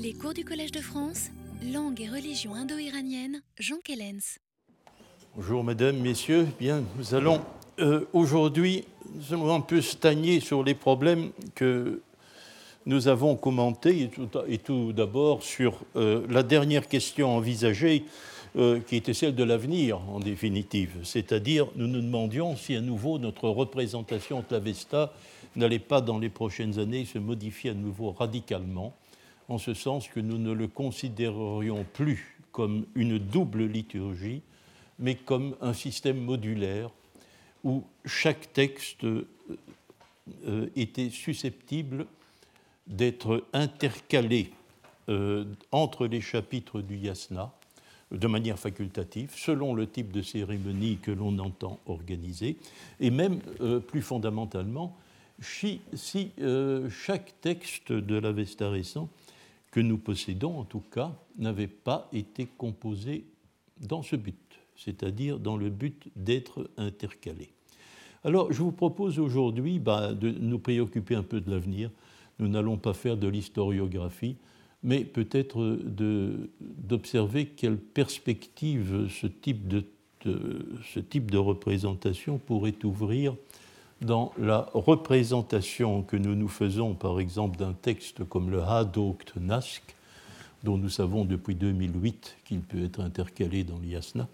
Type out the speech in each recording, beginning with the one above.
Les cours du Collège de France, langue et religion indo-iranienne, Jean Kellens. Bonjour mesdames, messieurs. Bien, nous allons aujourd'hui un peu stagner sur les problèmes que nous avons commentés, et tout d'abord sur la dernière question envisagée, qui était celle de l'avenir en définitive. C'est-à-dire, nous nous demandions si à nouveau notre représentation de l'Avesta n'allait pas dans les prochaines années se modifier à nouveau radicalement, en ce sens que nous ne le considérerions plus comme une double liturgie, mais comme un système modulaire où chaque texte était susceptible d'être intercalé entre les chapitres du yasna de manière facultative, selon le type de cérémonie que l'on entend organiser, et même plus fondamentalement, si chaque texte de l'Avesta récent que nous possédons, en tout cas, n'avait pas été composé dans ce but, c'est-à-dire dans le but d'être intercalé. Alors, je vous propose aujourd'hui de nous préoccuper un peu de l'avenir. Nous n'allons pas faire de l'historiographie, mais peut-être d'observer quelle perspective ce type de représentation pourrait ouvrir dans la représentation que nous nous faisons, par exemple, d'un texte comme le Hadokht Nask, dont nous savons depuis 2008 qu'il peut être intercalé dans l'Yasna,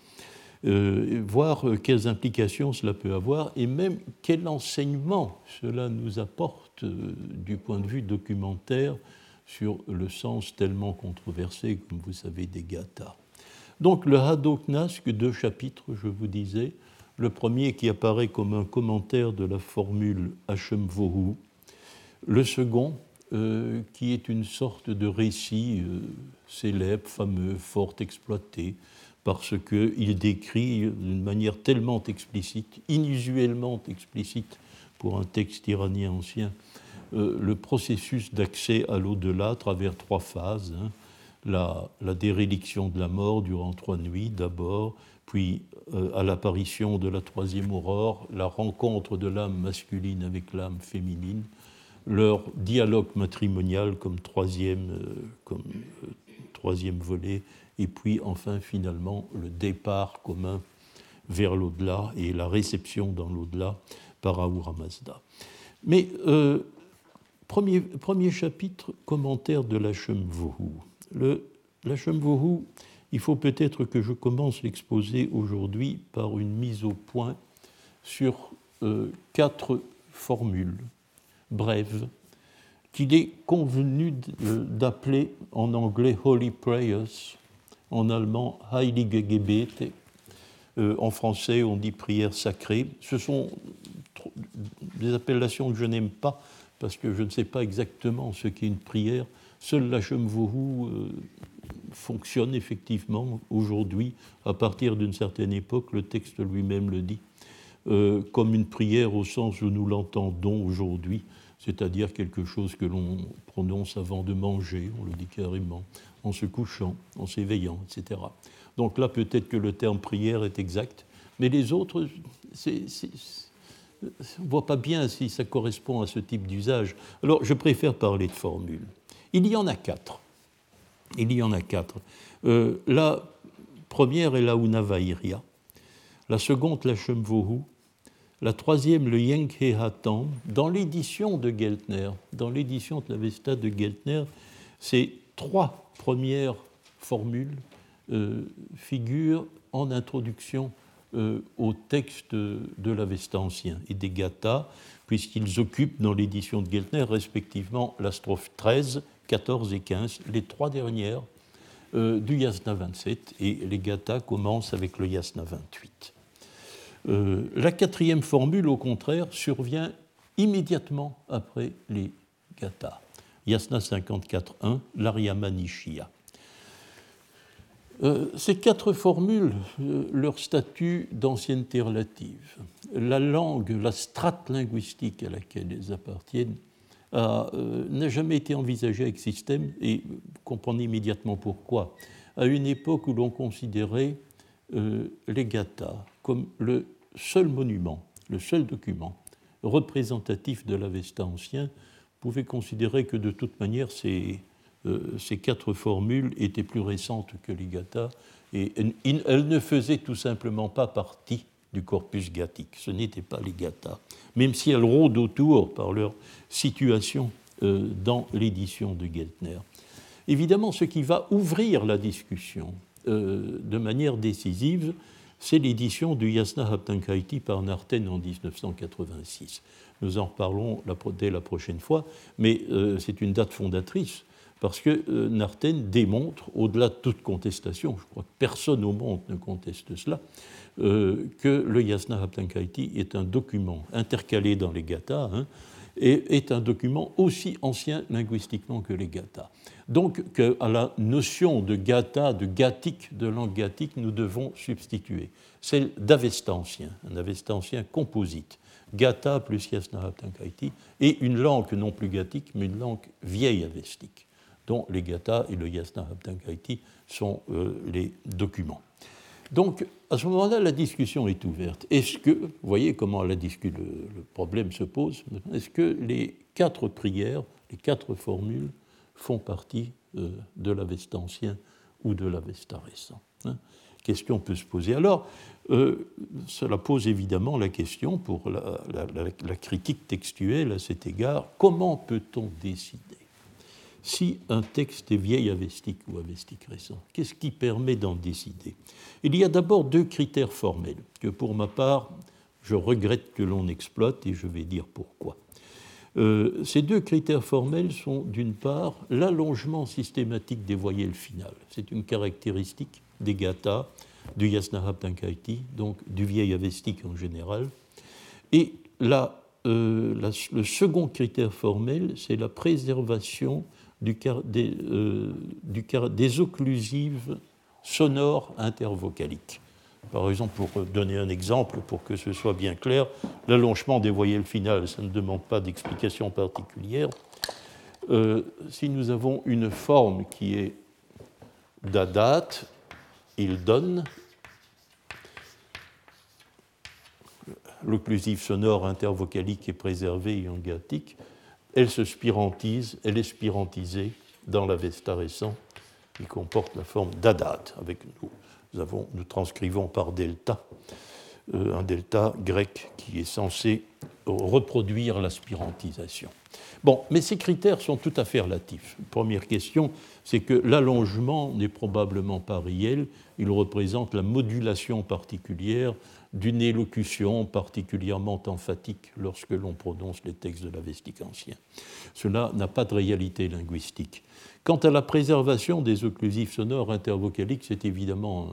voir quelles implications cela peut avoir et même quel enseignement cela nous apporte du point de vue documentaire sur le sens tellement controversé, comme vous savez, des gathas. Donc le Hadokht Nask, 2 chapitres, je vous disais, le premier qui apparaît comme un commentaire de la formule Hashem Vohu, le second qui est une sorte de récit célèbre, fameux, fort exploité, parce qu'il décrit d'une manière tellement explicite, inusuellement explicite pour un texte iranien ancien, le processus d'accès à l'au-delà à travers 3 phases. La déréliction de la mort durant 3 nuits d'abord, puis à l'apparition de la 3e aurore, la rencontre de l'âme masculine avec l'âme féminine, leur dialogue matrimonial comme troisième volet, et puis enfin finalement le départ commun vers l'au-delà et la réception dans l'au-delà par Ahura Mazda. Mais premier chapitre, commentaire de l'Hashem Vohu. L'Hashem Vohu, il faut peut-être que je commence l'exposé aujourd'hui par une mise au point sur 4 formules brèves qu'il est convenu d'appeler en anglais Holy Prayers, en allemand Heilige Gebete, en français on dit prière sacrée. Ce sont des appellations que je n'aime pas parce que je ne sais pas exactement ce qu'est une prière. Seul l'Hashem Vohu fonctionne effectivement aujourd'hui, à partir d'une certaine époque, le texte lui-même le dit, comme une prière au sens où nous l'entendons aujourd'hui, c'est-à-dire quelque chose que l'on prononce avant de manger, on le dit carrément, en se couchant, en s'éveillant, etc. Donc là, peut-être que le terme prière est exact, mais les autres, on ne voit pas bien si ça correspond à ce type d'usage. Alors, je préfère parler de formules. Il y en a 4. La première est la Unavairia, la seconde, la Hashem Vohu, la troisième, le Yenkhe Hatam. Dans l'édition de Geltner, dans l'édition de l'Avesta de Geltner, ces 3 premières formules figurent en introduction au texte de l'Avesta ancien et des Gathas, puisqu'ils occupent dans l'édition de Geltner respectivement la strophe 13, 14 et 15, les 3 dernières du Yasna 27, et les Gathas commencent avec le Yasna 28. La 4e formule, au contraire, survient immédiatement après les Gathas. Yasna 54.1, l'Aryama Nishya. Ces 4 formules, leur statut d'ancienneté relative, la langue, la strate linguistique à laquelle elles appartiennent, n'a jamais été envisagée avec système, et vous comprenez immédiatement pourquoi. À une époque où l'on considérait les Gathas comme le seul monument, le seul document représentatif de l'Avesta ancien, pouvait considérer que de toute manière ces ces 4 formules étaient plus récentes que les Gathas et elles ne faisaient tout simplement pas partie du corpus gathique. Ce n'étaient pas les Gathas, même si elles rôdent autour par leur situation dans l'édition de Geltner. Évidemment, ce qui va ouvrir la discussion de manière décisive, c'est l'édition du Yasna Haptankaiti par Narten en 1986. Nous en reparlons dès la prochaine fois, mais c'est une date fondatrice parce que Narten démontre, au-delà de toute contestation, je crois que personne au monde ne conteste cela, que le Yasna Haptankaiti est un document intercalé dans les Gathas, et est un document aussi ancien linguistiquement que les Gathas. Donc, à la notion de Gatha, de gathique, de langue gathique, nous devons substituer celle d'Avesta ancien, un Avesta ancien composite, Gatha plus Yasna Haptankaiti, et une langue non plus gathique, mais une langue vieille avestique, dont les Gathas et le Yasna Haptankaiti sont les documents. Donc, à ce moment-là, la discussion est ouverte. Est-ce que, vous voyez comment le problème se pose, est-ce que les 4 prières, les 4 formules font partie de l'Avesta ancien ou de l'Avesta récent? Question peut se poser. Alors, cela pose évidemment la question pour la critique textuelle à cet égard. Comment peut-on décider si un texte est vieil avestique ou avestique récent? Qu'est-ce qui permet d'en décider? Il y a d'abord 2 critères formels que, pour ma part, je regrette que l'on exploite et je vais dire pourquoi. Ces 2 critères formels sont, d'une part, l'allongement systématique des voyelles finales. C'est une caractéristique des Gathas, du Yasna Haptankaiti, donc du vieil avestique en général. Et le second critère formel, c'est la préservation des occlusives sonores intervocaliques. Par exemple, pour donner un exemple, pour que ce soit bien clair, l'allongement des voyelles finales, ça ne demande pas d'explication particulière. Si nous avons une forme qui est dadat, il donne, l'occlusive sonore intervocalique est préservée en gathique, elle se spirantise, elle est spirantisée dans l'Avesta récent, qui comporte la forme dadat. Avec nous transcrivons par delta, un delta grec qui est censé reproduire la spirantisation. Bon, mais ces critères sont tout à fait relatifs. Première question, c'est que l'allongement n'est probablement pas réel, il représente la modulation particulière d'une élocution particulièrement emphatique lorsque l'on prononce les textes de l'avestique ancien. Cela n'a pas de réalité linguistique. Quant à la préservation des occlusifs sonores intervocaliques, c'est évidemment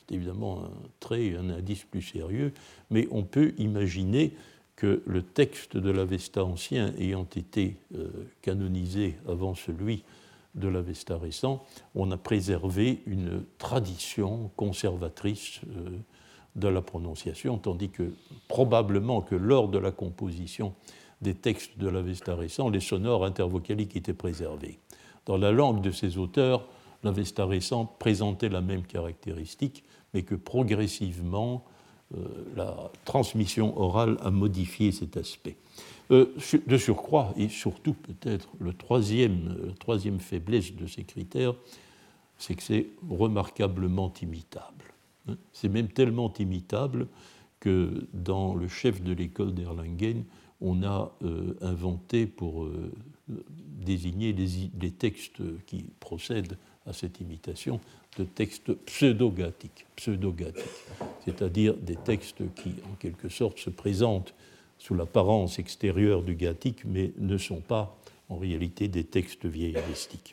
un trait, un indice plus sérieux, mais on peut imaginer que le texte de l'Avesta ancien ayant été canonisé avant celui de l'Avesta récent, on a préservé une tradition conservatrice de la prononciation, tandis que probablement que lors de la composition des textes de l'Avesta récent, les sonores intervocaliques étaient préservés. Dans la langue de ces auteurs, l'Avesta récent présentait la même caractéristique, mais que progressivement, la transmission orale a modifié cet aspect. De surcroît, et surtout peut-être la troisième faiblesse de ces critères, c'est que c'est remarquablement imitable. C'est même tellement imitable que dans le chef de l'école d'Erlangen, on a inventé pour désigner les textes qui procèdent à cette imitation de textes pseudo-gathiques, c'est-à-dire des textes qui, en quelque sorte, se présentent sous l'apparence extérieure du gathique, mais ne sont pas, en réalité, des textes vieillavestiques.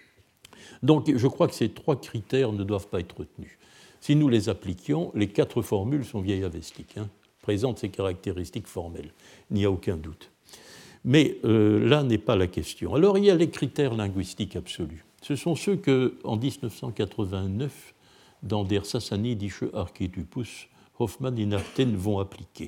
Donc, je crois que ces 3 critères ne doivent pas être retenus. Si nous les appliquions, les 4 formules sont vieillavestiques, présentent ces caractéristiques formelles, il n'y a aucun doute. Mais là n'est pas la question. Alors, il y a les critères linguistiques absolus. Ce sont ceux que, en 1989, dans Der Sassanidische Archetypus, Hoffmann et Narten vont appliquer.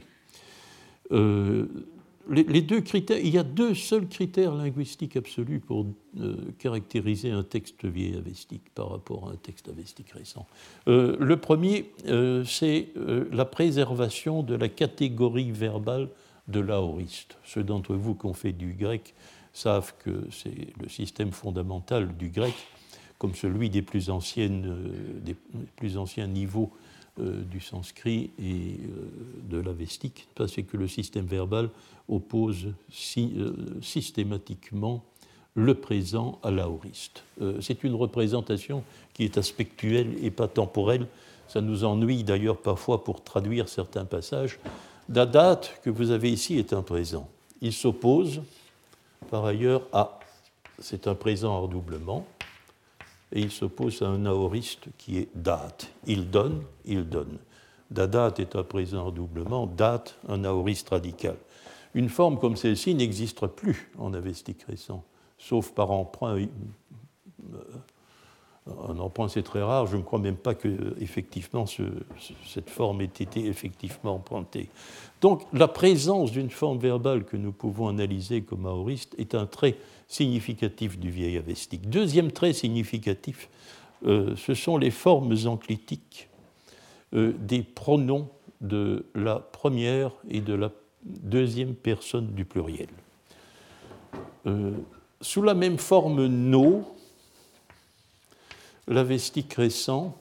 Les 2 critères, il y a 2 seuls critères linguistiques absolus pour caractériser un texte vieillavestique par rapport à un texte avestique récent. Le premier, c'est la préservation de la catégorie verbale de l'aoriste. Ceux d'entre vous qui ont fait du grec savent que c'est le système fondamental du grec, comme celui des plus anciens niveaux du sanskrit et de l'avestique, c'est que le système verbal oppose systématiquement le présent à l'aoriste. C'est une représentation qui est aspectuelle et pas temporelle. Ça nous ennuie d'ailleurs parfois pour traduire certains passages. La date que vous avez ici est un présent. Il s'oppose par ailleurs à, c'est un présent à redoublement, et il s'oppose à un aoriste qui est date. Il donne, il donne. Date est un présent à redoublement, date, un aoriste radical. Une forme comme celle-ci n'existe plus en avestique récent, sauf par emprunt. Un emprunt, c'est très rare. Je ne crois même pas que effectivement cette forme ait été effectivement empruntée. Donc, la présence d'une forme verbale que nous pouvons analyser comme aoriste est un trait significatif du vieil avestique. Deuxième trait significatif, ce sont les formes enclitiques des pronoms de la première et de la deuxième personne du pluriel. Sous la même forme no, l'avestique récent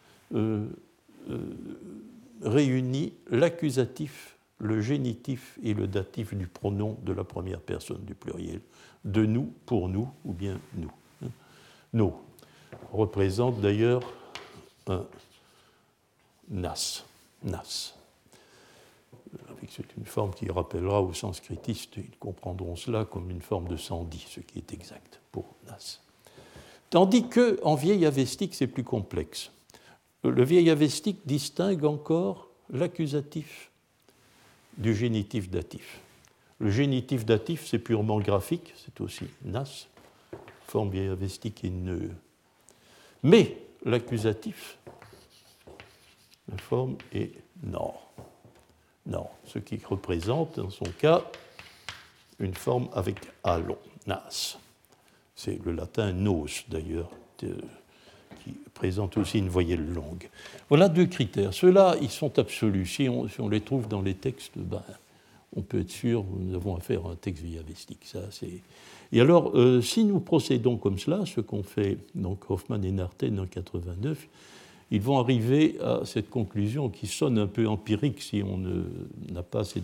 réunit l'accusatif, le génitif et le datif du pronom de la première personne du pluriel. De nous, pour nous, ou bien nous. Nous représente d'ailleurs un nas. Nas. C'est une forme qui rappellera aux sanskritistes, ils comprendront cela comme une forme de sandhi, ce qui est exact pour nas. Tandis qu'en vieil avestique, c'est plus complexe. Le vieil avestique distingue encore l'accusatif du génitif datif. Le génitif datif, c'est purement graphique, c'est aussi nas, forme vieil avestique et neu. Mais l'accusatif, la forme est nor. Nor, ce qui représente, dans son cas, une forme avec alon, nas. C'est le latin nos, d'ailleurs, qui présente aussi une voyelle longue. Voilà deux critères. Ceux-là, ils sont absolus. Si on les trouve dans les textes, on peut être sûr que nous avons affaire à un texte vieil-avestique. Et alors, si nous procédons comme cela, ce qu'ont fait donc, Hoffmann et Narten en 1989, ils vont arriver à cette conclusion qui sonne un peu empirique si on n'a pas ces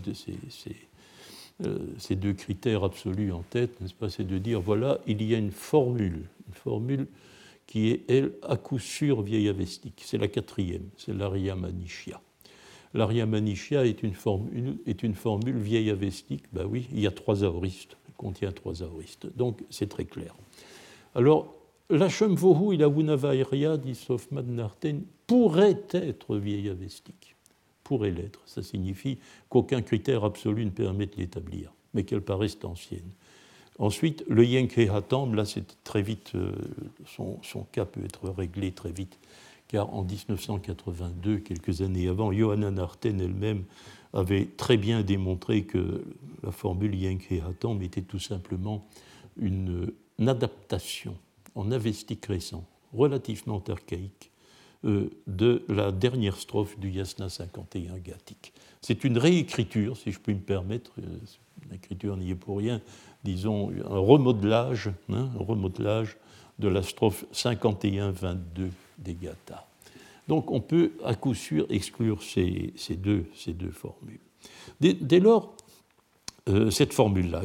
deux critères absolus en tête, n'est-ce pas, c'est de dire, voilà, il y a une formule qui est, elle, à coup sûr vieil avestique. C'est la quatrième, c'est l'Arya Manichya. L'Arya Manichya est une formule vieil avestique, ben oui, il y a trois aoristes, elle contient trois aoristes, donc c'est très clair. Alors, l'Hashem Vohu et la Wunavairya, dit Hoffmann Narten, pourrait être vieil avestique. Pourrait l'être. Ça signifie qu'aucun critère absolu ne permet de l'établir, mais qu'elle paraisse ancienne. Ensuite, le Yenke Hatam, là c'est très vite, son cas peut être réglé très vite, car en 1982, quelques années avant, Johanna Narten elle-même avait très bien démontré que la formule Yenke Hatam était tout simplement une adaptation en avestique récent, relativement archaïque, de la dernière strophe du Yasna 51 Gathique. C'est une réécriture, si je puis me permettre, l'écriture n'y est pour rien, disons un remodelage de la strophe 51-22 des Gathas. Donc on peut à coup sûr exclure ces deux formules. Dès lors, cette formule-là.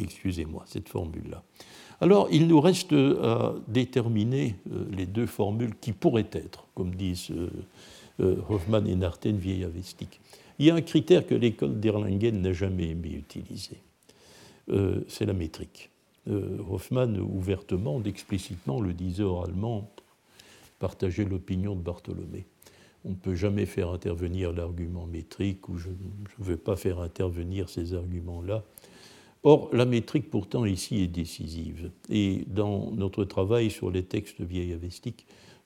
Alors, il nous reste à déterminer les deux formules qui pourraient être, comme disent Hoffmann et Narten, vieil avestique. Il y a un critère que l'école d'Erlangen n'a jamais aimé utiliser, c'est la métrique. Hoffmann, ouvertement, explicitement, le disait oralement, partageait l'opinion de Bartholomé. On ne peut jamais faire intervenir l'argument métrique, ou je ne veux pas faire intervenir ces arguments-là. Or, la métrique, pourtant, ici, est décisive. Et dans notre travail sur les textes vieil avestiques,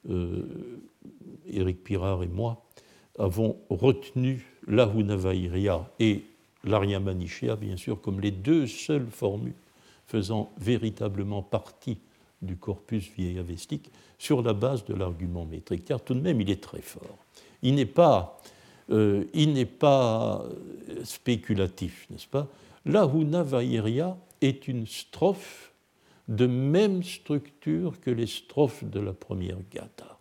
Éric Pirard et moi avons retenu la Hunavairya et l'Arya Manichya, bien sûr, comme les deux seules formules faisant véritablement partie du corpus vieil avestique sur la base de l'argument métrique. Car tout de même, il est très fort. Il n'est pas spéculatif, n'est-ce pas? La Hunavairya est une strophe de même structure que les strophes de la première gatha.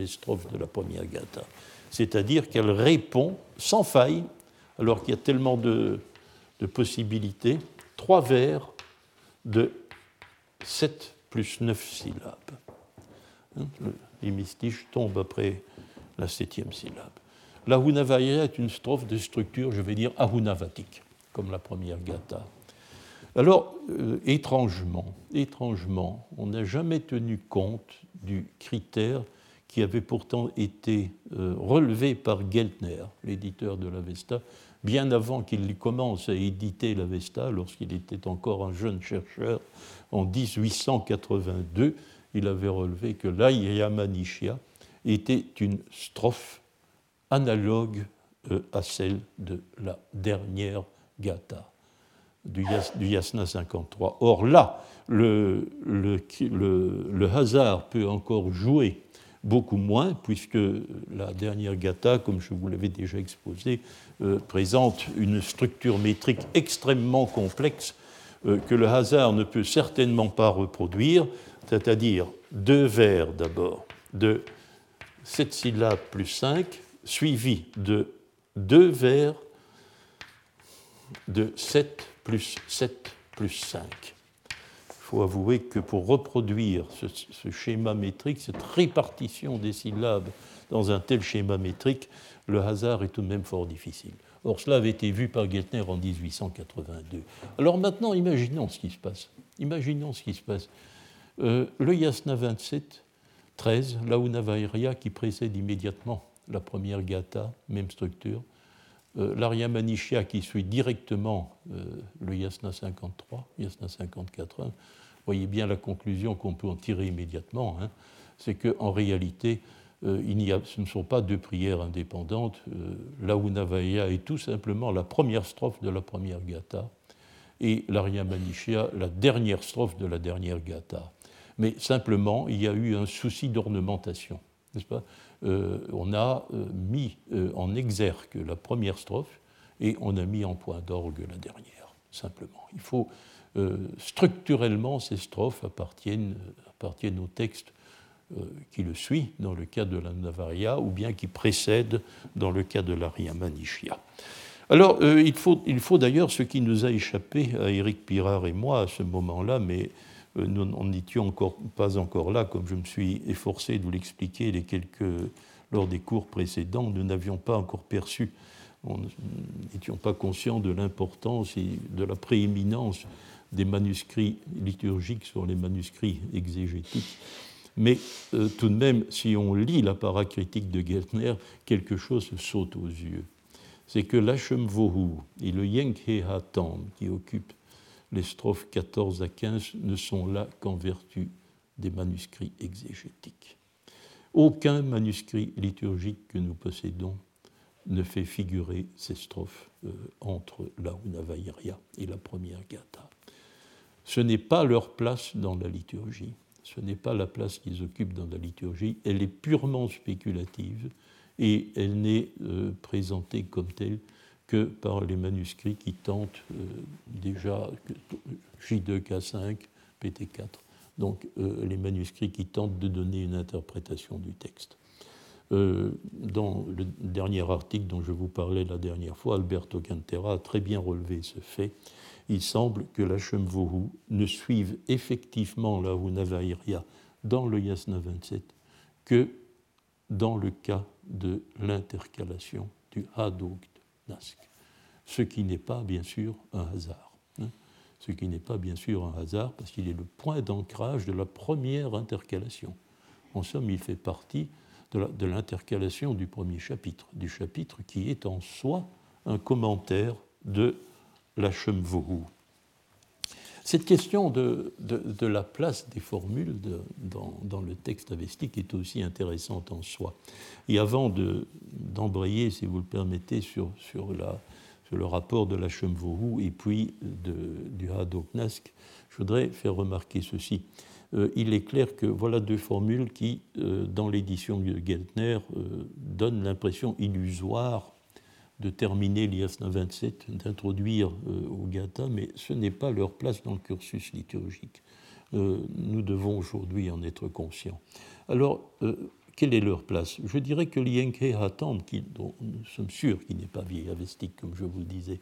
C'est-à-dire qu'elle répond sans faille, alors qu'il y a tellement de possibilités, 3 vers de 7 plus 9 syllabes. L'hémistiche tombe après la 7e syllabe. La Hunavariya est une strophe de structure, je vais dire, ahunavatique, comme la première gatha. Alors, étrangement, on n'a jamais tenu compte du critère qui avait pourtant été relevé par Geltner, l'éditeur de l'Avesta, bien avant qu'il commence à éditer l'Avesta, lorsqu'il était encore un jeune chercheur, en 1882, il avait relevé que l'Ayamanishya était une strophe analogue à celle de la dernière gatha, du Yasna 53. Or là, le hasard peut encore jouer beaucoup moins, puisque la dernière gatha, comme je vous l'avais déjà exposé, présente une structure métrique extrêmement complexe que le hasard ne peut certainement pas reproduire, c'est-à-dire 2 vers d'abord de 7 syllabes plus 5, suivi de 2 vers de 7 plus 7 plus 5. Il faut avouer que pour reproduire ce schéma métrique, cette répartition des syllabes dans un tel schéma métrique, le hasard est tout de même fort difficile. Or, cela avait été vu par Geltner en 1882. Alors maintenant, imaginons ce qui se passe. Le Yasna 27, 13, la Hunavariya qui précède immédiatement la première gatha, même structure, l'Aryamanishya qui suit directement le Yasna 53, Yasna 54. Vous voyez bien la conclusion qu'on peut en tirer immédiatement, c'est qu'en réalité, ce ne sont pas 2 prières indépendantes. La Hunavariya est tout simplement la première strophe de la première gatha et l'Aryamanishya la dernière strophe de la dernière gatha. Mais simplement, il y a eu un souci d'ornementation, n'est-ce pas ? On a mis en exergue la première strophe et on a mis en point d'orgue la dernière, simplement. Il faut structurellement, ces strophes appartiennent au texte qui le suit dans le cas de la Hunavariya ou bien qui précède dans le cas de l'Aryamanishya. Alors, il faut d'ailleurs, ce qui nous a échappé à Éric Pirard et moi à ce moment-là, mais nous n'étions pas encore là, comme je me suis efforcé de vous l'expliquer lors des cours précédents, nous n'avions pas encore perçu, nous n'étions pas conscients de l'importance et de la prééminence des manuscrits liturgiques sur les manuscrits exégétiques. Mais tout de même, si on lit la paracritique de Geltner, quelque chose saute aux yeux. C'est que l'Hachem Vohu et le Yenkhe Hatam, qui occupent les strophes 14 à 15, ne sont là qu'en vertu des manuscrits exégétiques. Aucun manuscrit liturgique que nous possédons ne fait figurer ces strophes entre la Hunavariya et la première gatha. Ce n'est pas leur place dans la liturgie, ce n'est pas la place qu'ils occupent dans la liturgie, elle est purement spéculative et elle n'est présentée comme telle que par les manuscrits qui tentent déjà J2K5, PT4, donc les manuscrits qui tentent de donner une interprétation du texte. Dans le dernier article dont je vous parlais la dernière fois, Alberto Cantera a très bien relevé ce fait. Il semble que l'Hachem Vohu ne suive effectivement la Hunavariya dans le Yasna 27 que dans le cas de l'intercalation du Hadognask, ce qui n'est pas bien sûr un hasard. Ce qui n'est pas bien sûr un hasard parce qu'il est le point d'ancrage de la première intercalation. En somme, il fait partie de l'intercalation du premier chapitre, du chapitre qui est en soi un commentaire de l'Hachem Vohu. Cette question de la place des formules dans le texte avestique est aussi intéressante en soi. Et avant d'embrayer, si vous le permettez, sur le rapport de l'Hachem Vohu et puis du Hadognask, je voudrais faire remarquer ceci. Il est clair que voilà 2 formules qui, dans l'édition de Geltner, donnent l'impression illusoire de terminer l'Yasna 27, d'introduire au Gatha, mais ce n'est pas leur place dans le cursus liturgique. Nous devons aujourd'hui en être conscients. Alors, quelle est leur place? Je dirais que l'Yenke Hatam, dont nous sommes sûrs qu'il n'est pas vieil avestique, comme je vous le disais,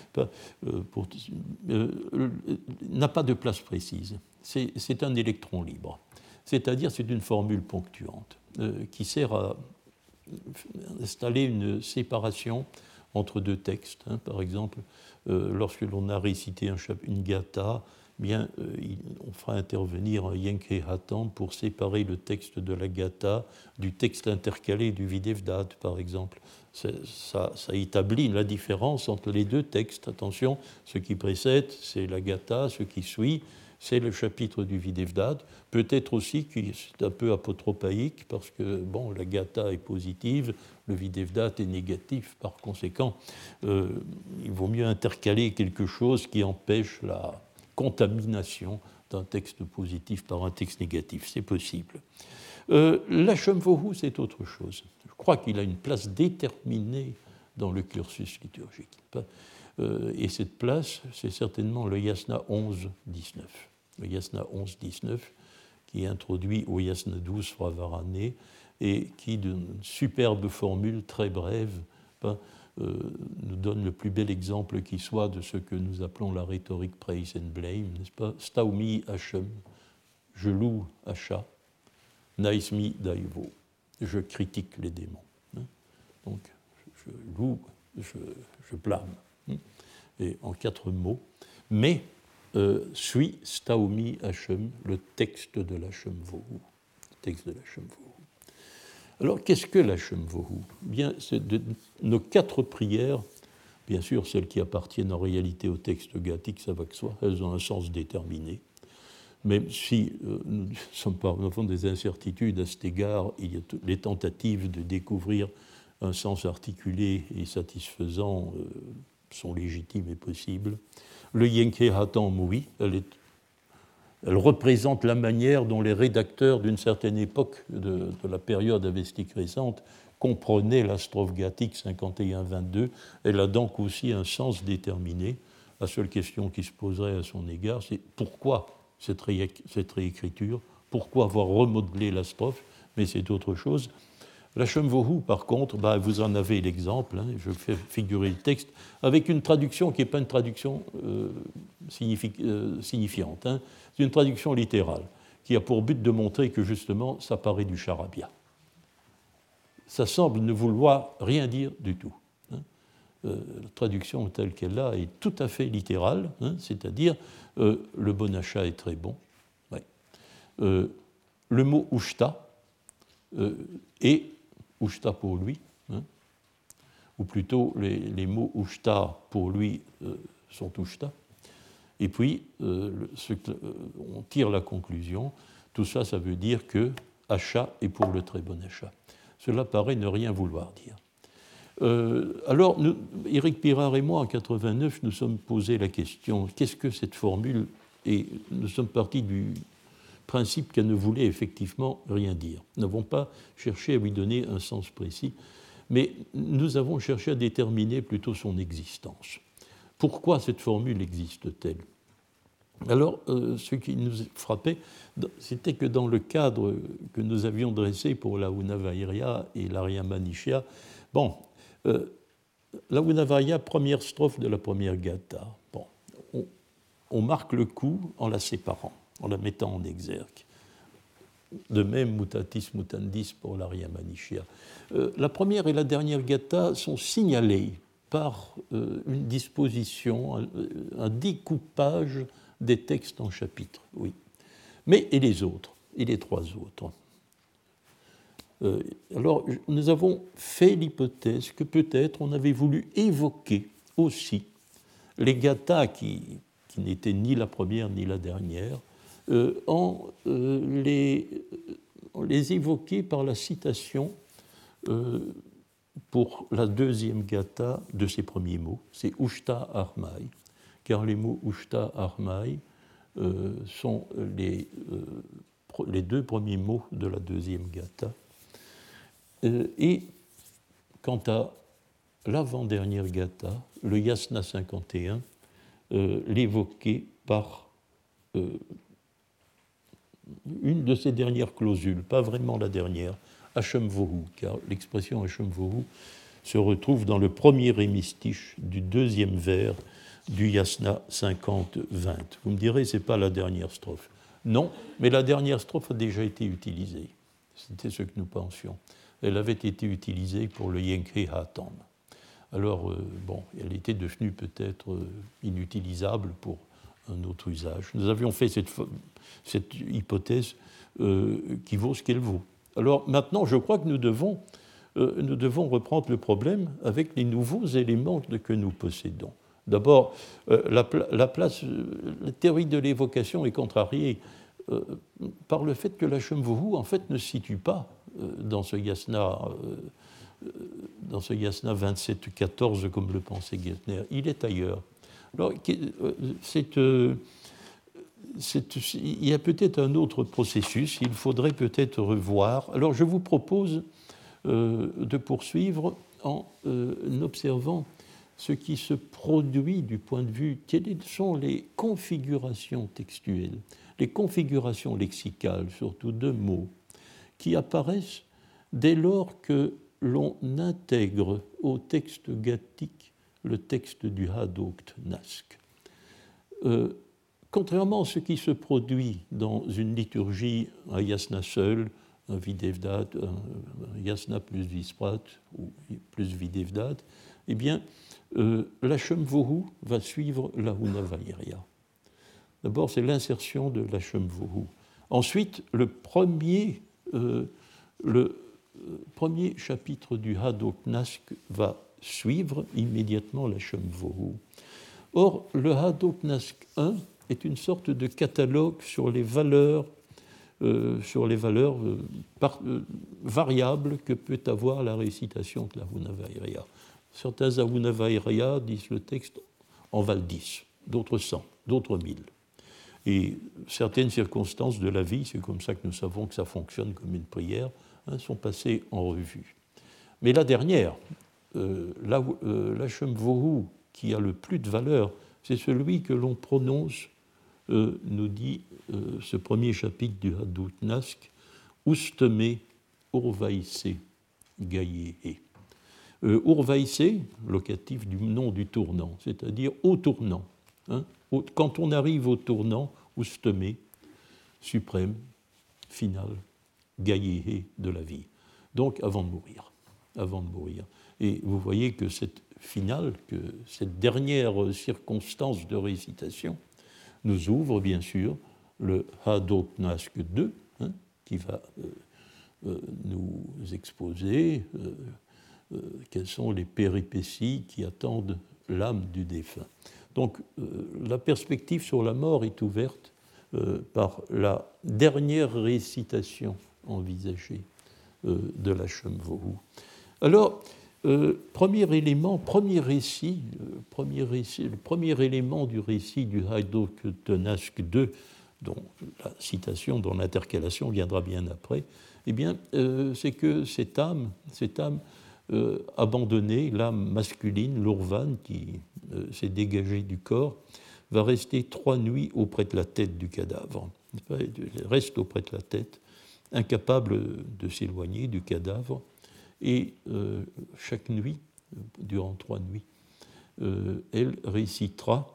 n'a pas de place précise. C'est un électron libre. C'est-à-dire, c'est une formule ponctuante qui sert à installer une séparation entre deux textes. Par exemple, lorsque l'on a récité une gatha, bien, on fera intervenir un Yenke Hatam pour séparer le texte de la gatha du texte intercalé du Videvdat, par exemple. Ça établit la différence entre les deux textes. Attention, ce qui précède, c'est la gatha, ce qui suit, c'est le chapitre du Videvdat. Peut-être aussi que c'est un peu apotropaïque, parce que bon, la gatha est positive, le Videvdat est négatif. Par conséquent, il vaut mieux intercaler quelque chose qui empêche la contamination d'un texte positif par un texte négatif. C'est possible. L'Hashem Vohu, c'est autre chose. Je crois qu'il a une place déterminée dans le cursus liturgique. Et cette place, c'est certainement le Yasna 11-19. Le Yasna 11-19, qui est introduit au Yasna 12 Sravarané et qui, d'une superbe formule très brève, nous donne le plus bel exemple qui soit de ce que nous appelons la rhétorique praise and blame, n'est-ce pas? Staumi Hashem, je loue Hacha, Naismi Daivo, je critique les démons. Donc, je loue, je blâme. Et en 4 mots, mais suit Staumi Hashem, le texte de l'Hashem Vohu. Texte de l'Hashem Vohu. Alors, qu'est-ce que l'Hashem Vohu? Bien, c'est nos 4 prières, bien sûr, celles qui appartiennent en réalité au texte gathique, ça va que soi, elles ont un sens déterminé. Même si nous avons des incertitudes à cet égard, il y a les tentatives de découvrir un sens articulé et satisfaisant sont légitimes et possibles. Le Yenke Hatam, oui, elle représente la manière dont les rédacteurs d'une certaine époque de la période avestique récente comprenaient la strophe gathique 51-22. Elle a donc aussi un sens déterminé. La seule question qui se poserait à son égard, c'est pourquoi cette réécriture, pourquoi avoir remodelé la strophe, mais c'est autre chose. L'Hashem Vohu, par contre, vous en avez l'exemple, je fais figurer le texte, avec une traduction qui n'est pas une traduction signifiante, c'est une traduction littérale, qui a pour but de montrer que justement, ça paraît du charabia. Ça semble ne vouloir rien dire du tout. La traduction telle qu'elle est est tout à fait littérale, c'est-à-dire le bon achat est très bon. Ouais. Le mot ushta est ushta pour lui, ou plutôt les mots ushta pour lui sont ushta. Et puis, on tire la conclusion, tout ça, ça veut dire que achat est pour le très bon achat. Cela paraît ne rien vouloir dire. Alors, Éric Pirard et moi, en 89, nous sommes posé la question, qu'est-ce que cette formule? Et nous sommes partis du principe qu'elle ne voulait effectivement rien dire. Nous n'avons pas cherché à lui donner un sens précis, mais nous avons cherché à déterminer plutôt son existence. Pourquoi cette formule existe-t-elle? Alors, ce qui nous frappait, c'était que dans le cadre que nous avions dressé pour la Unavairya et l'Aryamanichya, la Unavairya, première strophe de la première gatha, on marque le coup en la séparant, en la mettant en exergue. De même, mutatis mutandis pour l'Aryamanichya. La première et la dernière gatha sont signalées par une disposition, un découpage des textes en chapitres, oui. Mais et les autres, et les 3 autres? Alors, nous avons fait l'hypothèse que peut-être on avait voulu évoquer aussi les gathas qui n'étaient ni la première ni la dernière, en les évoquer par la citation pour la deuxième gatha de ces premiers mots, c'est Ushta Armai, car les mots Ushta Armai sont les 2 premiers mots de la deuxième gatha. Et quant à l'avant-dernière gatha, le Yasna 51, l'évoquer par une de ces dernières clausules, pas vraiment la dernière, Hashem Vohu, car l'expression Hashem Vohu se retrouve dans le premier hémistiche du deuxième vers du Yasna 50-20. Vous me direz, ce n'est pas la dernière strophe. Non, mais la dernière strophe a déjà été utilisée. C'était ce que nous pensions. Elle avait été utilisée pour le Yenke Hatam. Alors, elle était devenue peut-être inutilisable pour un autre usage. Nous avions fait cette hypothèse qui vaut ce qu'elle vaut. Alors maintenant, je crois que nous devons reprendre le problème avec les nouveaux éléments que nous possédons. D'abord, la théorie de l'évocation est contrariée par le fait que l'Hashem Vohu, en fait, ne se situe pas dans ce yasna 27-14, comme le pensait Gertner. Il est ailleurs. Alors, il y a peut-être un autre processus, il faudrait peut-être revoir. Alors, je vous propose de poursuivre en observant ce qui se produit du point de vue, quelles sont les configurations textuelles, les configurations lexicales, surtout de mots, qui apparaissent dès lors que l'on intègre au texte gathique le texte du Hadoukt Nask. Contrairement à ce qui se produit dans une liturgie, un yasna seul, un videvdat, un yasna plus visprat ou plus videvdat, eh bien, l'Hashem Vohu va suivre la Hunavairia. D'abord, c'est l'insertion de l'Hashem Vohu. Ensuite, le premier chapitre du Hadoukt Nask va suivre immédiatement l'Hashem Vohu. Or, le Hadoukt Nask 1 est une sorte de catalogue sur les valeurs variables que peut avoir la récitation de la Hunavairia. Certains Hunavairia disent le texte en valent 10, d'autres 100, d'autres 1000. Et certaines circonstances de la vie, c'est comme ça que nous savons que ça fonctionne comme une prière, sont passées en revue. Mais la dernière, l'Hashem Vohu, qui a le plus de valeur, c'est celui que l'on prononce, nous dit ce premier chapitre du Hadoukt Nask, Usteme Urvaïse Gaïe. Urvaïse, locatif du nom du tournant, c'est-à-dire au tournant. Quand on arrive au tournant, Usteme, suprême, final, Gaïe de la vie. Donc avant de mourir. Et vous voyez que cette finale, que cette dernière circonstance de récitation, nous ouvre bien sûr le Hadoukt Nask 2, qui va nous exposer quelles sont les péripéties qui attendent l'âme du défunt. Donc la perspective sur la mort est ouverte par la dernière récitation envisagée de l'Hashem Vohu. Alors, premier récit, le premier élément du récit du Hadoukt Nask 2, dont la citation, dont l'intercalation viendra bien après, eh bien, c'est que cette âme abandonnée, l'âme masculine, l'Urvan, qui s'est dégagée du corps, va rester 3 nuits auprès de la tête du cadavre. Elle reste auprès de la tête, incapable de s'éloigner du cadavre, et chaque nuit, durant 3 nuits, elle récitera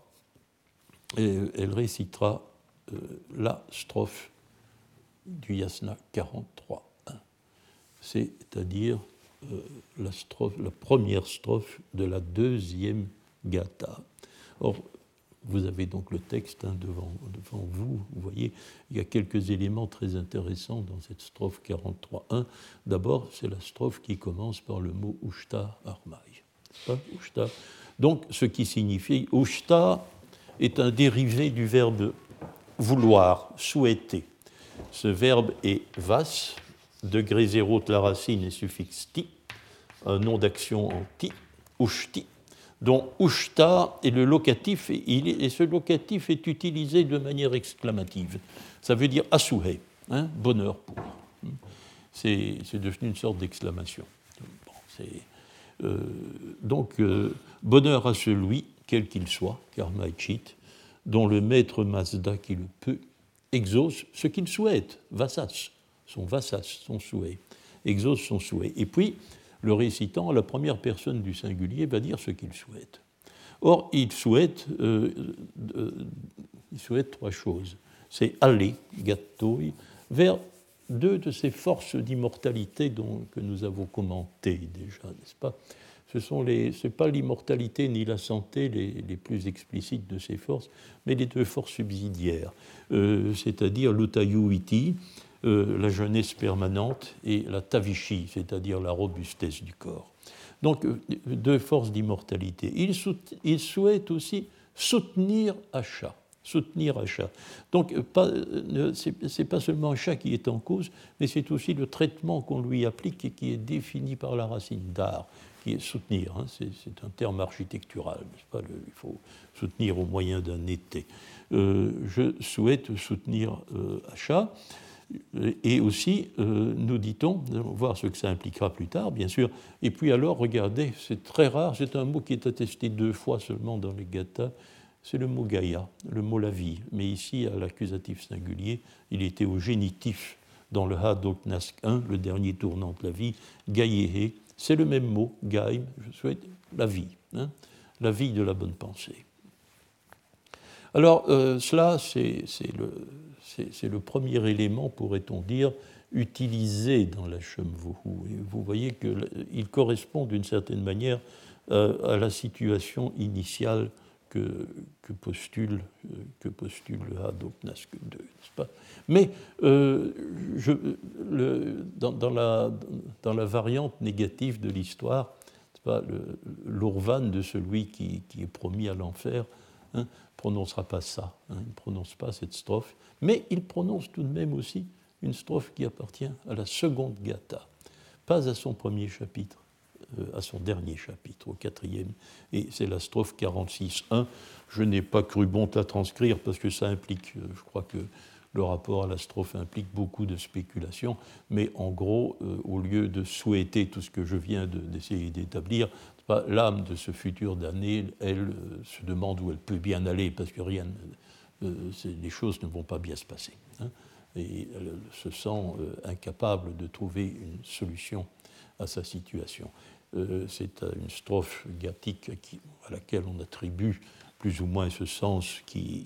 la strophe du Yasna 43.1, c'est-à-dire la première strophe de la deuxième Gatha. Or, vous avez donc le texte devant vous. Vous voyez, il y a quelques éléments très intéressants dans cette strophe 43.1. D'abord, c'est la strophe qui commence par le mot Ushta Armai. Ushta. Donc, ce qui signifie Ushta est un dérivé du verbe vouloir, souhaiter. Ce verbe est vas, degré 0 de la racine et suffixe ti, un nom d'action en ti, ushti, dont ushta est le locatif, et ce locatif est utilisé de manière exclamative. Ça veut dire asouhé, bonheur pour. C'est devenu une sorte d'exclamation. Donc, bonheur à celui, quel qu'il soit, karma et chit, dont le maître Mazda qui le peut exauce ce qu'il souhaite, vassas, son souhait, exauce son souhait. Et puis, le récitant, à la première personne du singulier, va dire ce qu'il souhaite. Or, il souhaite trois choses. C'est aller, gattoi, vers deux de ces forces d'immortalité que nous avons commentées déjà, n'est-ce pas ? Ce n'est pas l'immortalité ni la santé les plus explicites de ces forces, mais les deux forces subsidiaires, c'est-à-dire l'utayuiti, la jeunesse permanente, et la tavishi, c'est-à-dire la robustesse du corps. Donc, deux forces d'immortalité. Il souhaite aussi soutenir Asha. Donc, ce n'est pas seulement Asha qui est en cause, mais c'est aussi le traitement qu'on lui applique et qui est défini par la racine d'art, qui est soutenir. Hein, c'est un terme architectural, n'est-ce pas ? Il faut soutenir au moyen d'un été. Je souhaite soutenir Asha. Et aussi, nous dit-on, nous allons voir ce que ça impliquera plus tard, bien sûr. Et puis alors, regardez, c'est très rare, c'est un mot qui est attesté 2 fois seulement dans les gathas, c'est le mot Gaïa, le mot la vie. Mais ici, à l'accusatif singulier, il était au génitif dans le Ha-Doknask 1, le dernier tournant de la vie, Gaïehe. C'est le même mot, Gaïm, je souhaite la vie, hein, la vie de la bonne pensée. Alors, cela, c'est le premier élément, pourrait-on dire, utilisé dans la Shemvuhu. Et vous voyez qu'il correspond d'une certaine manière à la situation initiale que postule le Ha-Doknask 2, n'est-ce pas ? Mais dans la variante négative de l'histoire, l'Urvan de celui qui est promis à l'enfer, ne prononcera pas ça, il ne prononce pas cette strophe, mais il prononce tout de même aussi une strophe qui appartient à la seconde gatha, pas à son premier chapitre, à son dernier chapitre, au 4e, et c'est la strophe 46.1. Je n'ai pas cru bon de la transcrire parce que ça implique, je crois que le rapport à la strophe implique beaucoup de spéculation, mais en gros, au lieu de souhaiter tout ce que je viens d'essayer d'établir, l'âme de ce futur damné, elle se demande où elle peut bien aller, parce que les choses ne vont pas bien se passer. Hein, et elle se sent incapable de trouver une solution à sa situation. C'est une strophe gathique à laquelle on attribue plus ou moins ce sens qui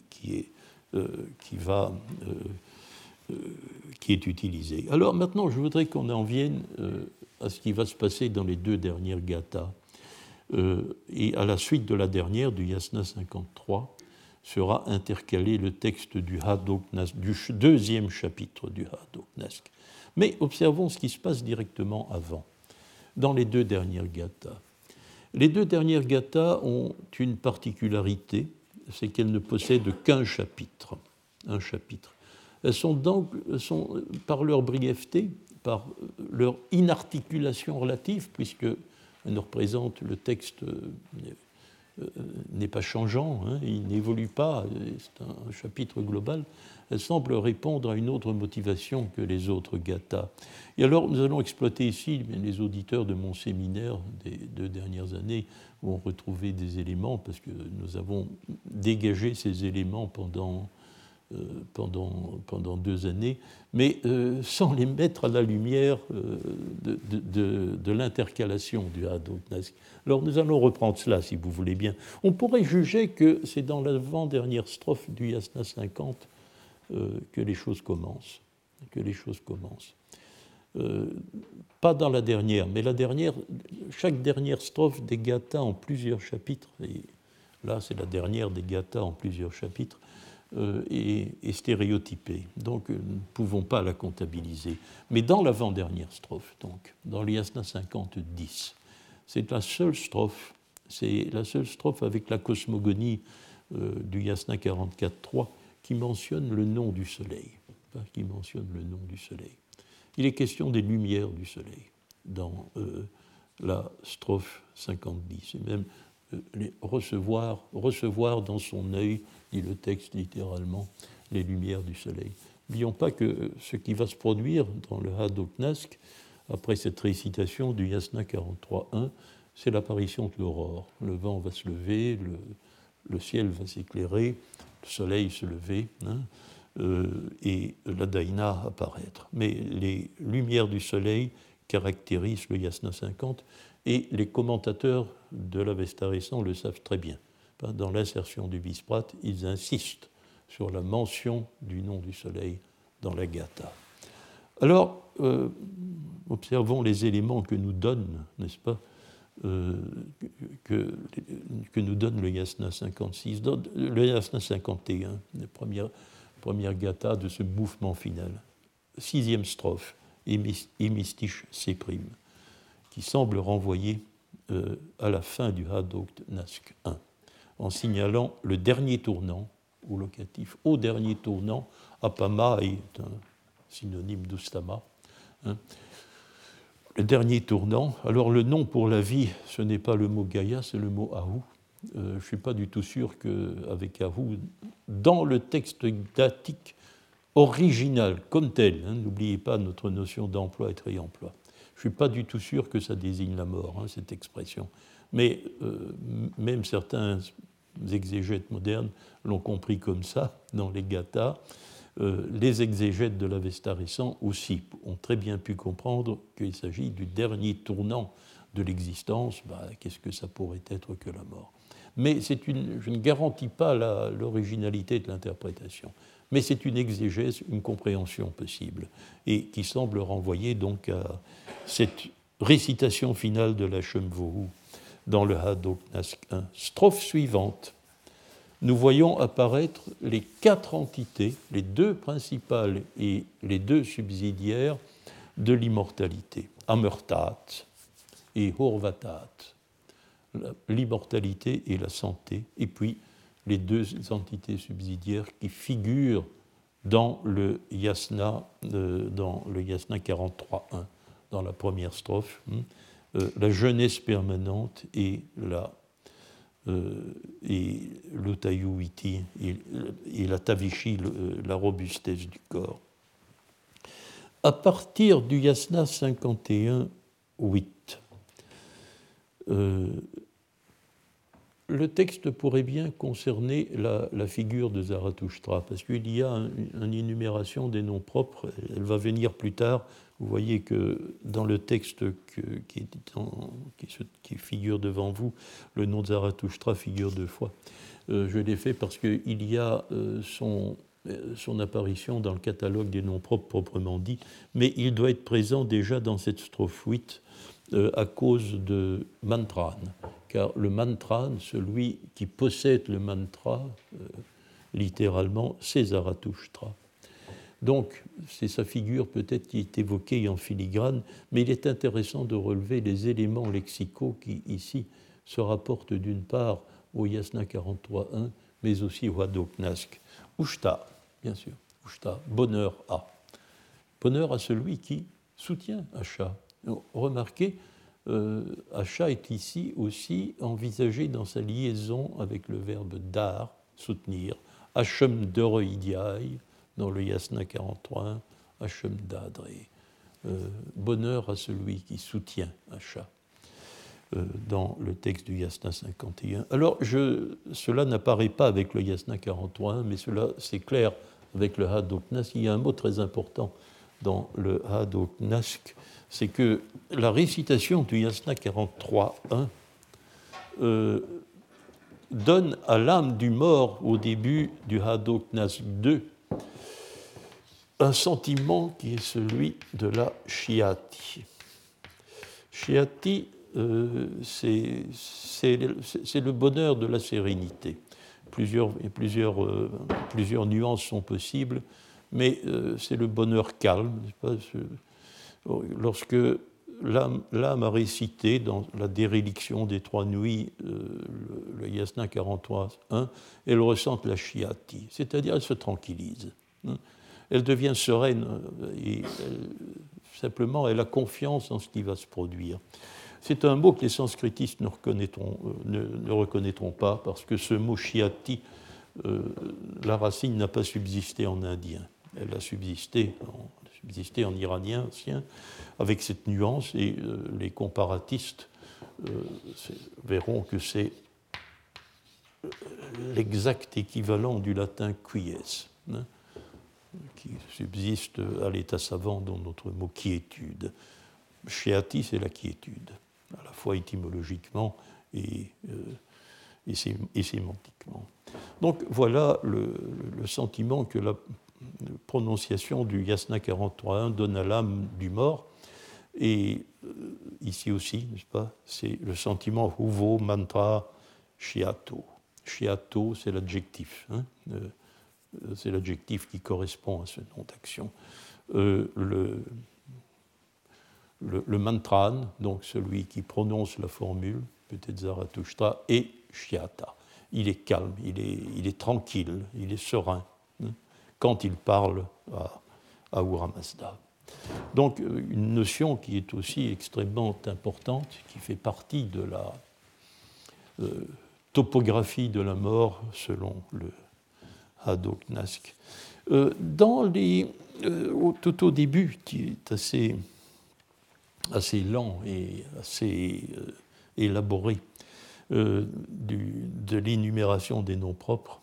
est utilisé. Alors maintenant, je voudrais qu'on en vienne à ce qui va se passer dans les 2 dernières gathas. Et à la suite de la dernière, du Yasna 53, sera intercalé le texte du Ha-Doknask, du 2e chapitre du Ha-Doknask. Mais observons ce qui se passe directement avant, dans les 2 dernières gathas. Les 2 dernières gathas ont une particularité, c'est qu'elles ne possèdent qu'un chapitre. Un chapitre. Elles sont par leur brièveté, par leur inarticulation relative, puisque elles représentent le texte n'est pas changeant, hein, il n'évolue pas, c'est un chapitre global, elle semble répondre à une autre motivation que les autres gathas. Et alors, nous allons exploiter ici, les auditeurs de mon séminaire des 2 dernières années vont retrouver des éléments, parce que nous avons dégagé ces éléments pendant 2 années, mais sans les mettre à la lumière de l'intercalation du Ha-Doknask. Alors nous allons reprendre cela, si vous voulez bien. On pourrait juger que c'est dans l'avant-dernière strophe du Yasna 50 que les choses commencent. Pas dans la dernière, mais chaque dernière strophe des gathas en plusieurs chapitres, et là c'est la dernière des gathas en plusieurs chapitres, est stéréotypée. Donc, nous ne pouvons pas la comptabiliser. Mais dans l'avant-dernière strophe, donc, dans l'Yasna 50-10, c'est la seule strophe avec la cosmogonie du Yasna 44-3 qui mentionne le nom du soleil. Il est question des lumières du soleil dans la strophe 50-10. Et même recevoir dans son œil, dit le texte littéralement, les lumières du soleil. N'oublions pas que ce qui va se produire dans le Ha-Doknask, après cette récitation du Yasna 43.1, c'est l'apparition de l'aurore. Le vent va se lever, le ciel va s'éclairer, le soleil se lever, hein, et la daïna apparaître. Mais les lumières du soleil caractérisent le yasna 50 et les commentateurs de l'Avesta récent le savent très bien. Dans l'insertion du Visprat, ils insistent sur la mention du nom du soleil dans la Gatha. Alors, observons les éléments que nous donne, n'est-ce pas, que nous donne le Yasna 56, le Yasna 51, la première Gatha de ce mouvement final. 6e strophe, Hémistiche C', qui semble renvoyer à la fin du Hadok-Nask 1, en signalant le dernier tournant, au locatif, au dernier tournant, Apama est un synonyme d'Ustama. Hein. Le dernier tournant, alors le nom pour la vie, ce n'est pas le mot Gaïa, c'est le mot Ahu. Je ne suis pas du tout sûr qu'avec Ahu, dans le texte datique original, comme tel, hein, n'oubliez pas notre notion d'emploi et de réemploi, je ne suis pas du tout sûr que ça désigne la mort, hein, cette expression. Mais même certains exégètes modernes l'ont compris comme ça, dans les Gathas. Les exégètes de l'Avesta récent aussi ont très bien pu comprendre qu'il s'agit du dernier tournant de l'existence. Qu'est-ce que ça pourrait être que la mort? Mais je ne garantis pas l'originalité de l'interprétation, mais c'est une exégèse, une compréhension possible, et qui semble renvoyer donc à cette récitation finale de la Shemvohu dans le Hadok-Nask 1. Strophe suivante. Nous voyons apparaître les 4 entités, les 2 principales et les 2 subsidiaires de l'immortalité, Amurtat et Horvatat, l'immortalité et la santé, et puis les 2 entités subsidiaires qui figurent dans le Yasna 43.1, dans la première strophe, la jeunesse permanente et l'Utayuiti et la Tavishi, la robustesse du corps. À partir du Yasna 51.8, le texte pourrait bien concerner la figure de Zarathustra, parce qu'il y a une énumération des noms propres, elle va venir plus tard. Vous voyez que dans le texte qui figure devant vous, le nom de Zarathustra figure 2 fois. Je l'ai fait parce qu'il y a son apparition dans le catalogue des noms propres proprement dit, mais il doit être présent déjà dans cette strophe 8 à cause de Mantran, car le Mantran, celui qui possède le mantra, littéralement, c'est Zarathustra. Donc, c'est sa figure peut-être qui est évoquée en filigrane, mais il est intéressant de relever les éléments lexicaux qui, ici, se rapportent d'une part au Yasna 43.1, mais aussi au Hadok-Nask. Ushta, bien sûr, Ushta, bonheur à. Bonheur à celui qui soutient Asha. Remarquez, Asha est ici aussi envisagé dans sa liaison avec le verbe dar, soutenir, Hashem Deroidiaï, dans le Yasna 43.1, Hashem Dadre. Bonheur à celui qui soutient Asha, dans le texte du Yasna 51. Alors, cela n'apparaît pas avec le Yasna 43.1, mais cela, c'est clair avec le Hadok-Nask. Il y a un mot très important dans le Hadok-Nask, c'est que la récitation du Yasna 43.1 donne à l'âme du mort au début du Hadok-Nask 2 un sentiment qui est celui de la Shyati. Shyati, c'est le bonheur de la sérénité. Plusieurs nuances sont possibles, mais c'est le bonheur calme. Lorsque l'âme a récité dans la déréliction des 3 nuits, le Yasna 43.1, elle ressent la Shyati, c'est-à-dire elle se tranquillise. Elle devient sereine et simplement elle a confiance en ce qui va se produire. C'est un mot que les sanskritistes ne reconnaîtront pas, parce que ce mot Shyati, la racine n'a pas subsisté en indien. Elle a subsisté en iranien ancien, avec cette nuance, et les comparatistes verront que c'est l'exact équivalent du latin quies. qui subsiste à l'état savant dans notre mot quiétude. Shiati, c'est la quiétude, à la fois étymologiquement et sémantiquement. Donc voilà le sentiment que la prononciation du Yasna 43.1 donne à l'âme du mort. Et ici aussi, n'est-ce pas, c'est le sentiment huvo, mantra, shiato. Shiato, c'est l'adjectif. C'est l'adjectif qui correspond à ce nom d'action. Le mantran, donc celui qui prononce la formule, peut-être Zarathustra, et shiata. Il est calme, il est tranquille, il est serein quand il parle à Ahura Mazda. Donc une notion qui est aussi extrêmement importante, qui fait partie de la topographie de la mort selon le Hadognask. Tout au début, qui est assez lent et assez élaboré, de l'énumération des noms propres,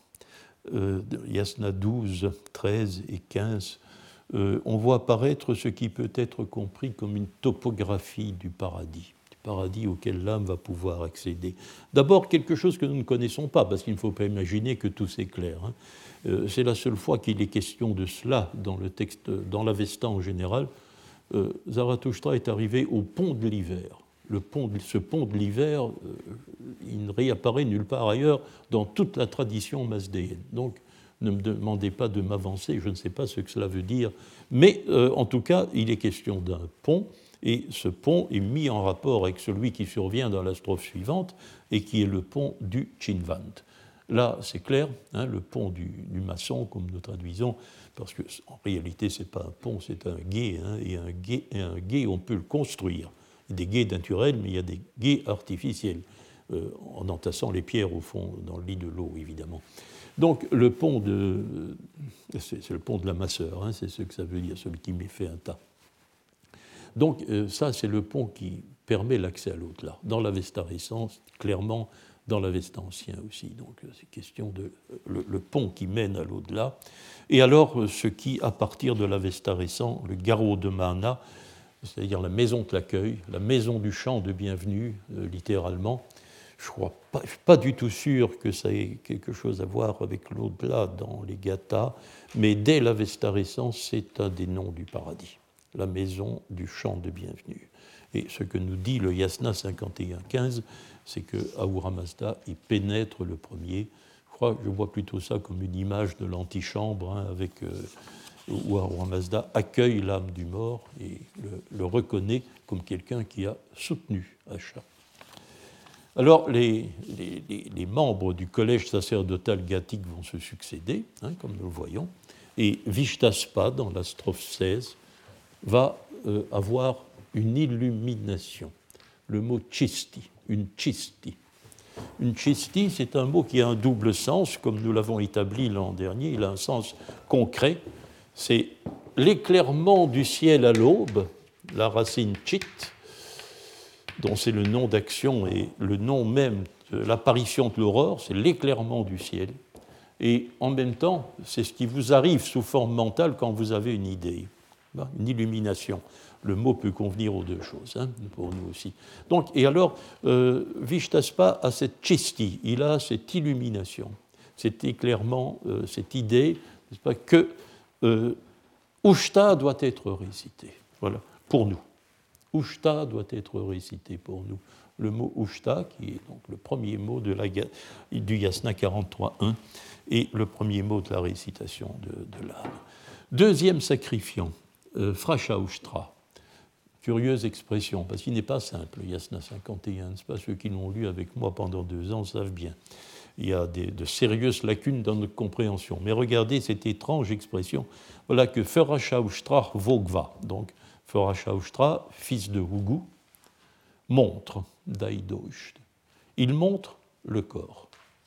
Yasna 12, 13 et 15, on voit apparaître ce qui peut être compris comme une topographie du paradis auquel l'âme va pouvoir accéder. D'abord, quelque chose que nous ne connaissons pas, parce qu'il ne faut pas imaginer que tout s'éclaire. C'est la seule fois qu'il est question de cela dans le texte, dans l'Avesta en général. Zarathustra est arrivé au pont de l'hiver. Ce pont de l'hiver, il ne réapparaît nulle part ailleurs dans toute la tradition mazdéenne. Donc, ne me demandez pas de m'avancer, je ne sais pas ce que cela veut dire, mais en tout cas, il est question d'un pont, et ce pont est mis en rapport avec celui qui survient dans la strophe suivante, et qui est le pont du Chinvant. Là, c'est clair, le pont du maçon, comme nous traduisons, parce qu'en réalité, ce n'est pas un pont, c'est un gué, et un gué, on peut le construire. Il y a des gués naturels, mais il y a des gués artificiels, en entassant les pierres au fond, dans le lit de l'eau, évidemment. Donc, le pont c'est le pont de la masseur, c'est ce que ça veut dire, celui qui met fait un tas. Donc, ça, c'est le pont qui permet l'accès à l'au-delà. Dans l'Avesta récent, clairement, dans l'Avesta ancien aussi. Donc, c'est question de le pont qui mène à l'au-delà. Et alors, ce qui, à partir de l'Avesta récent, le Garo de Mana, c'est-à-dire la maison de l'accueil, la maison du chant de bienvenue, littéralement. Je ne crois pas du tout sûr que ça ait quelque chose à voir avec l'au-delà dans les Gathas, mais dès l'Avesta récent, c'est un des noms du paradis, la maison du chant de bienvenue. Et ce que nous dit le Yasna 51.15, c'est que Ahura Mazda y pénètre le premier. Je vois plutôt ça comme une image de l'antichambre, où Ahura Mazda accueille l'âme du mort et le reconnaît comme quelqu'un qui a soutenu Asha. Alors, les membres du collège sacerdotal gathique vont se succéder, comme nous le voyons, et Vishtaspa, dans la strophe 16, va avoir une illumination. Le mot chisti, une chisti. Une chisti, c'est un mot qui a un double sens, comme nous l'avons établi l'an dernier. Il a un sens concret. C'est l'éclairement du ciel à l'aube, la racine chit, dont c'est le nom d'action et le nom même de l'apparition de l'aurore, c'est l'éclairement du ciel. Et en même temps, c'est ce qui vous arrive sous forme mentale quand vous avez une idée, une illumination. Le mot peut convenir aux deux choses, pour nous aussi. Donc, et alors, Vishtaspa a cette chisti, il a cette illumination, cet éclairement, cette idée, n'est-ce pas, que Ushta doit être récité. Voilà, pour nous. Ushta doit être récité pour nous. Le mot Ushta, qui est donc le premier mot du Yasna 43.1 et le premier mot de la récitation de l'âme. Deuxième sacrifiant, Frashaushtra. Curieuse expression, parce qu'il n'est pas simple, Yasna 51. C'est pas ceux qui l'ont lu avec moi pendant 2 ans savent bien. Il y a de sérieuses lacunes dans notre compréhension. Mais regardez cette étrange expression. Voilà que Frashaushtra Vogva, donc Frashaushtra, fils de Hugu, montre Daidosh. Il montre le corps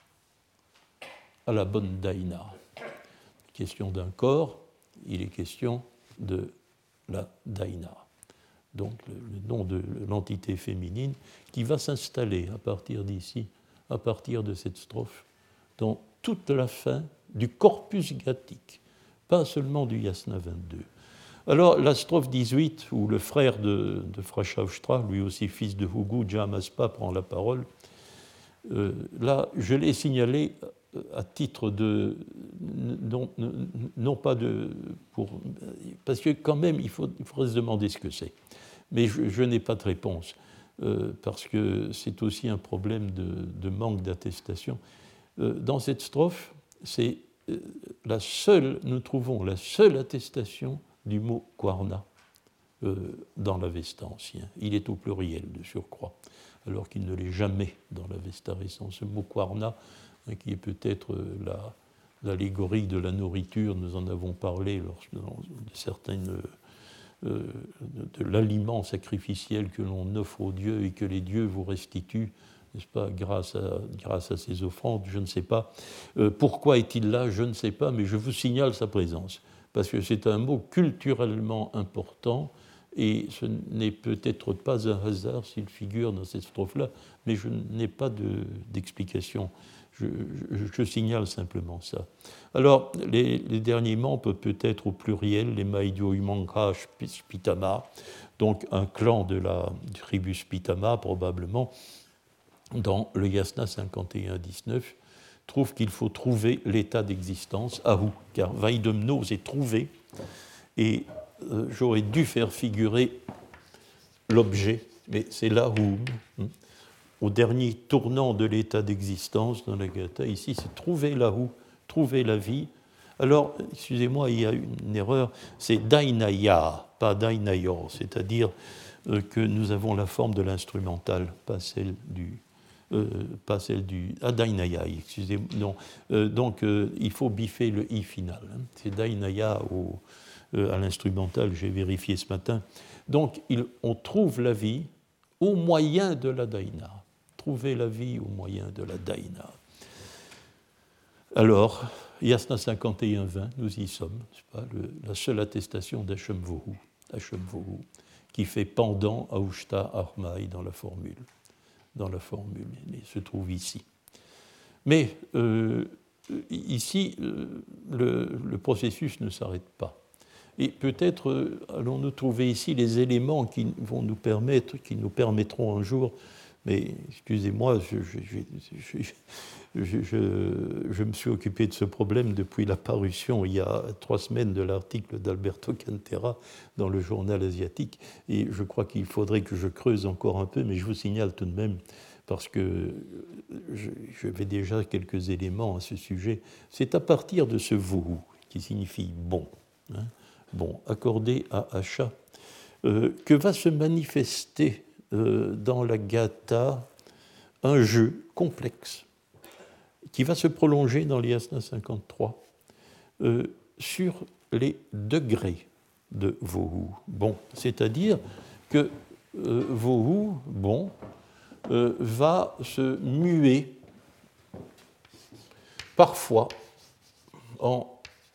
à la bonne Daina. Question d'un corps, il est question de la Daina. Donc le nom de l'entité féminine qui va s'installer à partir d'ici, à partir de cette strophe, dans toute la fin du corpus gathique. pas seulement du Yasna 22. Alors, la strophe 18, où le frère de Frashaustra, lui aussi fils de Hugu, Jamaspa, prend la parole, là, je l'ai signalé à titre de... non pas de... parce que quand même, il faudrait se demander ce que c'est. Mais je n'ai pas de réponse, parce que c'est aussi un problème de manque d'attestation. Dans cette strophe, c'est nous trouvons la seule attestation du mot Kwarna dans l'Avesta ancien. Il est au pluriel de surcroît, alors qu'il ne l'est jamais dans l'Avesta récent. Ce mot Kwarna, qui est peut-être l'allégorie de la nourriture, nous en avons parlé dans certaines... de l'aliment sacrificiel que l'on offre aux dieux et que les dieux vous restituent, n'est-ce pas, grâce à ces offrandes, je ne sais pas. Pourquoi est-il là? Je ne sais pas, mais je vous signale sa présence, parce que c'est un mot culturellement important, et ce n'est peut-être pas un hasard s'il figure dans cette strophe-là, mais je n'ai pas d'explication. Je signale simplement ça. Alors, les derniers membres peuvent être au pluriel, les Maïdio Umanka Spitama, donc un clan de la tribu Spitama, probablement, dans le Yasna 51-19, trouve qu'il faut trouver l'état d'existence, Ahu, car Vaidemnos est trouvé, et j'aurais dû faire figurer l'objet, mais c'est l'Ahum. Au dernier tournant de l'état d'existence dans la Gatha, ici, c'est trouver l'Ahu, trouver la vie. Alors, excusez-moi, il y a une erreur, c'est Dainaya, pas Dainayor, c'est-à-dire que nous avons la forme de l'instrumental, pas celle du Dainaya, excusez-moi, non. Donc, il faut biffer le i final. C'est Dainaya à l'instrumental, j'ai vérifié ce matin. Donc, on trouve la vie au moyen de la Daina. Trouver la vie au moyen de la Daina. Alors, Yasna 51-20, nous y sommes, c'est pas, la seule attestation d'Hashemvohu, qui fait pendant à Ushta Armaï dans la formule. Il se trouve ici. Mais ici, le processus ne s'arrête pas. Et peut-être allons-nous trouver ici les éléments qui nous permettront un jour, mais excusez-moi, je me suis occupé de ce problème depuis la parution il y a 3 semaines de l'article d'Alberto Cantera dans le journal asiatique, et je crois qu'il faudrait que je creuse encore un peu, mais je vous signale tout de même, parce que je vais déjà quelques éléments à ce sujet. C'est à partir de ce vohu, qui signifie bon, bon, accordé à Asha, que va se manifester dans la Gatha un jeu complexe qui va se prolonger dans l'Yasna 53 sur les degrés de Vohu. Bon, c'est-à-dire que Vohu, bon, va se muer parfois en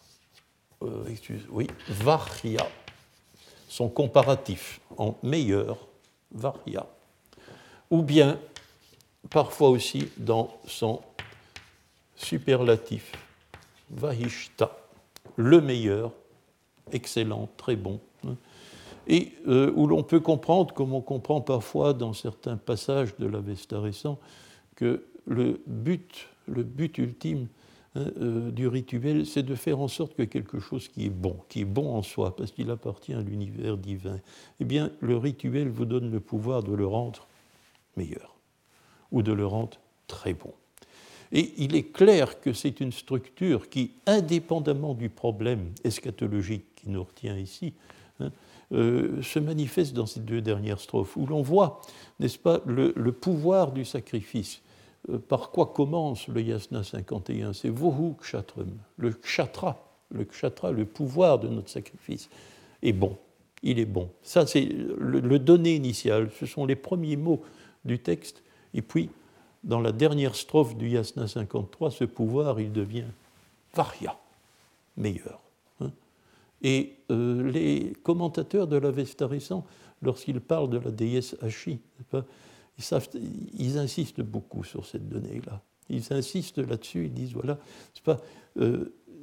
Varya, son comparatif, en meilleur, Varya, ou bien parfois aussi dans son superlatif, Vahishta, le meilleur, excellent, très bon, et où l'on peut comprendre, comme on comprend parfois dans certains passages de l'Avesta récent, que le but ultime du rituel, c'est de faire en sorte que quelque chose qui est bon en soi, parce qu'il appartient à l'univers divin, eh bien, le rituel vous donne le pouvoir de le rendre meilleur, ou de le rendre très bon. Et il est clair que c'est une structure qui, indépendamment du problème eschatologique qui nous retient ici, se manifeste dans ces 2 dernières strophes, où l'on voit, n'est-ce pas, le pouvoir du sacrifice. Par quoi commence le Yasna 51? C'est Vohu Kshatram, le Kshatra, le pouvoir de notre sacrifice, est bon, il est bon. Ça, c'est le donné initial, ce sont les premiers mots du texte, et puis, dans la dernière strophe du Yasna 53, ce pouvoir, il devient Varya, meilleur. Et les commentateurs de l'Avesta récent, lorsqu'ils parlent de la déesse Ashi, ils insistent beaucoup sur cette donnée-là. Ils insistent là-dessus, ils disent, voilà, c'est pas,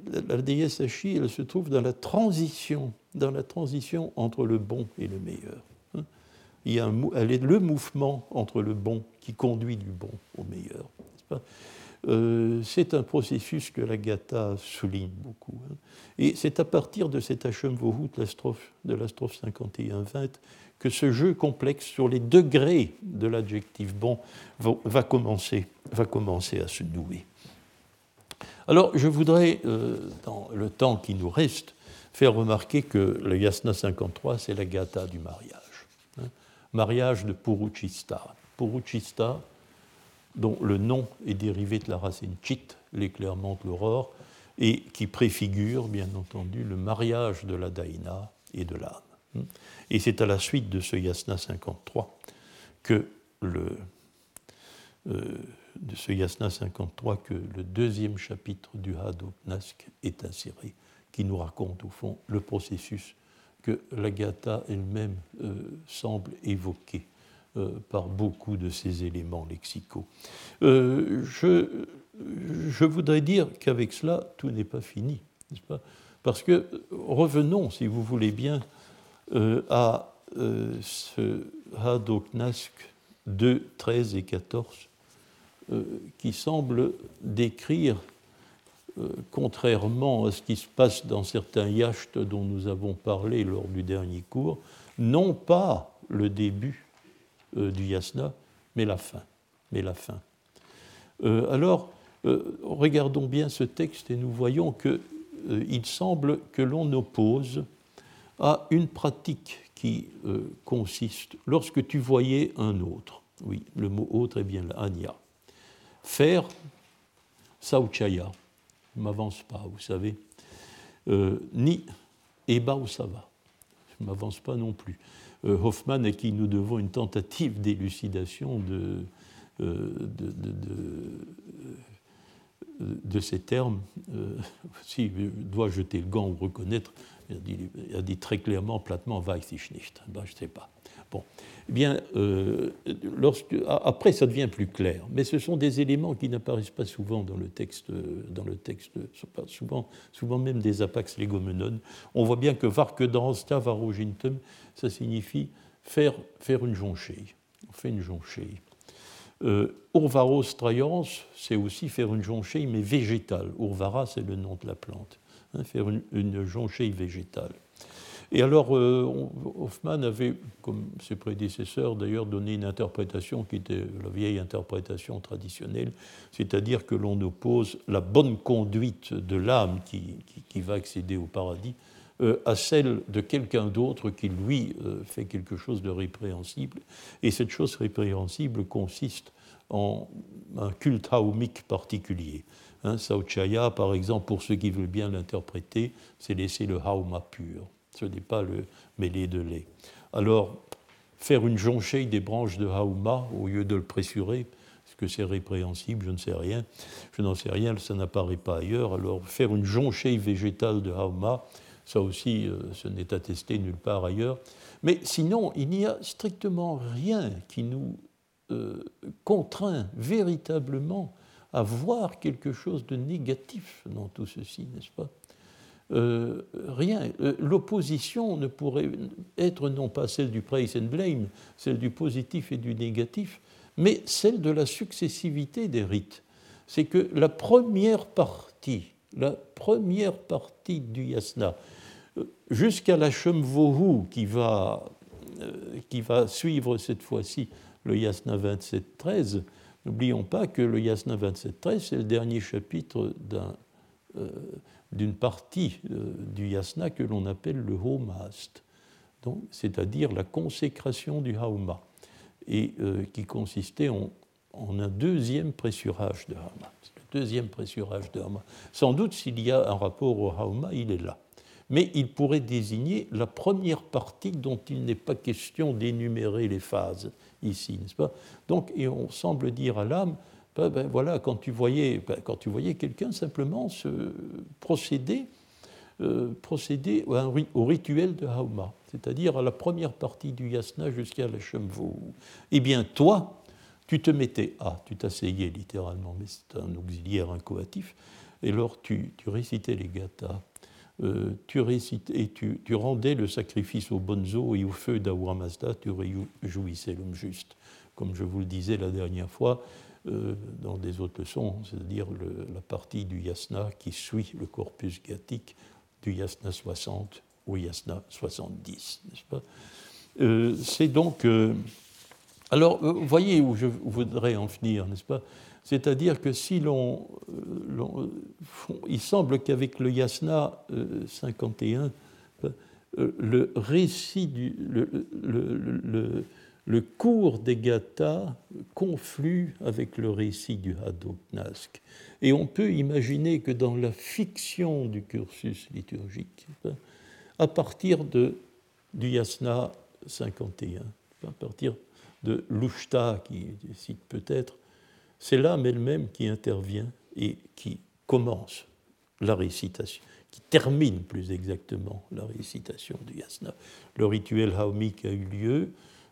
la déesse Ashi, elle se trouve dans la transition entre le bon et le meilleur. Elle est le mouvement entre le bon qui conduit du bon au meilleur. N'est-ce pas ? C'est un processus que la Gatha souligne beaucoup. Et c'est à partir de cet Hashemvohut, de la strophe 51-20, que ce jeu complexe sur les degrés de l'adjectif bon va commencer à se nouer. Alors, je voudrais, dans le temps qui nous reste, faire remarquer que le Yasna 53, c'est la Gatha du mariage. Mariage de Puruchista. Puruchista, dont le nom est dérivé de la racine chit, l'éclairement de l'aurore, et qui préfigure, bien entendu, le mariage de la Daïna et de l'âme. Et c'est à la suite de ce Yasna 53 que le deuxième chapitre du Hadopnask est inséré, qui nous raconte au fond le processus que la Gatha elle-même semble évoquer par beaucoup de ces éléments lexicaux. Je voudrais dire qu'avec cela, tout n'est pas fini, n'est-ce pas ? Parce que revenons, si vous voulez bien, à ce Hadopnask 2, 13 et 14, qui semble décrire, contrairement à ce qui se passe dans certains yashts dont nous avons parlé lors du dernier cours, non pas le début du yasna, mais la fin. Alors, regardons bien ce texte et nous voyons qu'il semble que l'on oppose à une pratique qui consiste, lorsque tu voyais un autre, oui, le mot autre est bien là, anya, faire sauchaya, je ne m'avance pas, vous savez, ni eba ou sava, je ne m'avance pas non plus. Hoffman, à qui nous devons une tentative d'élucidation de ces termes, si je dois jeter le gant ou reconnaître, il a dit très clairement, platement, weiß ich nicht. Ben, je ne sais pas. Bon. Eh bien, après, ça devient plus clair. Mais ce sont des éléments qui n'apparaissent pas souvent dans le texte, souvent même des apax legomenon. On voit bien que varkedansta varogintum, ça signifie faire une jonchée. On fait une jonchée. Urvaros traians, c'est aussi faire une jonchée, mais végétale. Urvara, c'est le nom de la plante. Faire une jonchée végétale. Et alors, Hoffman avait, comme ses prédécesseurs, d'ailleurs donné une interprétation qui était la vieille interprétation traditionnelle, c'est-à-dire que l'on oppose la bonne conduite de l'âme qui va accéder au paradis à celle de quelqu'un d'autre qui, lui, fait quelque chose de répréhensible. Et cette chose répréhensible consiste en un culte haoumique particulier. Sauchaya, par exemple, pour ceux qui veulent bien l'interpréter, c'est laisser le hauma pur. Ce n'est pas le mêlé de lait. Alors, faire une jonchée des branches de hauma au lieu de le pressurer, est-ce que c'est répréhensible? Je ne sais rien. Je n'en sais rien, ça n'apparaît pas ailleurs. Alors, faire une jonchée végétale de hauma, ça aussi, ce n'est attesté nulle part ailleurs. Mais sinon, il n'y a strictement rien qui nous contraint véritablement à voir quelque chose de négatif dans tout ceci, n'est-ce pas ? Rien. L'opposition ne pourrait être non pas celle du praise and blame, celle du positif et du négatif, mais celle de la successivité des rites. C'est que la première partie du yasna, jusqu'à la Shemvohu qui va suivre cette fois-ci le yasna 27-13, n'oublions pas que le yasna 27-13, c'est le dernier chapitre d'une partie du yasna que l'on appelle le homast, c'est-à-dire la consécration du hauma, et qui consistait en un deuxième pressurage de hauma. Le deuxième pressurage de hauma. Sans doute, s'il y a un rapport au hauma, il est là. Mais il pourrait désigner la première partie dont il n'est pas question d'énumérer les phases ici, n'est-ce pas ? Donc, et on semble dire à l'âme, voilà, quand tu voyais quelqu'un simplement procéder au rituel de Hauma, c'est-à-dire à la première partie du yasna jusqu'à la Shemvohu, eh bien, toi, tu te mettais tu t'asseyais littéralement, mais c'est un auxiliaire incoatif, et alors tu récitais les gathas, tu rendais le sacrifice aux bonnes eaux et au feu d'Ahura Mazda, tu réjouissais l'homme juste. Comme je vous le disais la dernière fois, dans des autres leçons, c'est-à-dire la partie du yasna qui suit le corpus gathique du yasna 60 au yasna 70, n'est-ce pas? C'est donc... alors, vous voyez où je voudrais en venir, n'est-ce pas? C'est-à-dire que si il semble qu'avec le yasna 51, le récit le cours des gathas conflue avec le récit du Hadoknask. Et on peut imaginer que dans la fiction du cursus liturgique, à partir du yasna 51, à partir de l'Ushta, qui cite peut-être, c'est l'âme elle-même qui intervient et qui commence la récitation, qui termine plus exactement la récitation du yasna. Le rituel haumique a eu lieu,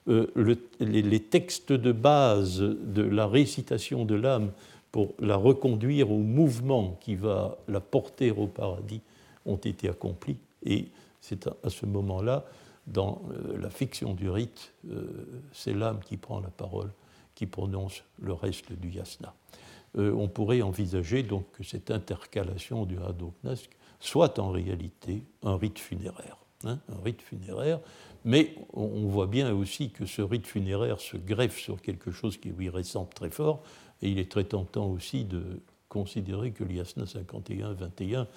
les textes de base de la récitation de l'âme pour la reconduire au mouvement qui va la porter au paradis ont été accomplis, et c'est à ce moment-là, dans la fiction du rite, c'est l'âme qui prend la parole, qui prononce le reste du yasna. On pourrait envisager donc que cette intercalation du Hadoknask soit en réalité un rite funéraire. Un rite funéraire, mais on voit bien aussi que ce rite funéraire se greffe sur quelque chose qui lui ressemble très fort, et il est très tentant aussi de considérer que le yasna 51-21,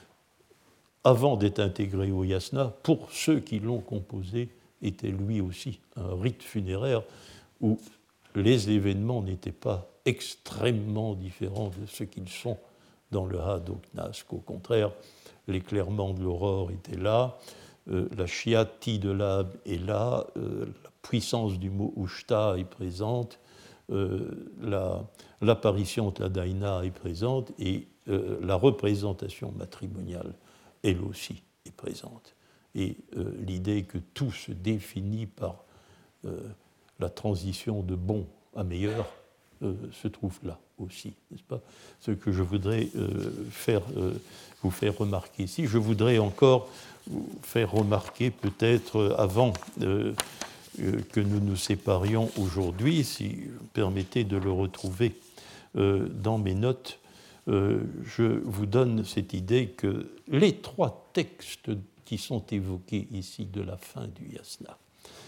avant d'être intégré au yasna, pour ceux qui l'ont composé, était lui aussi un rite funéraire où les événements n'étaient pas extrêmement différents de ce qu'ils sont dans le Hadoknask. Au contraire, l'éclairement de l'aurore était là, la shiati de l'âme est là, la puissance du mot Ushta est présente, l'apparition de la Daina est présente, et la représentation matrimoniale, elle aussi, est présente. Et l'idée que tout se définit par la transition de bon à meilleur se trouve là aussi, n'est-ce pas? Ce que je voudrais vous faire remarquer ici. Je voudrais encore vous faire remarquer, peut-être avant que nous nous séparions aujourd'hui, si vous me permettez de le retrouver dans mes notes, je vous donne cette idée que les trois textes qui sont évoqués ici de la fin du yasna,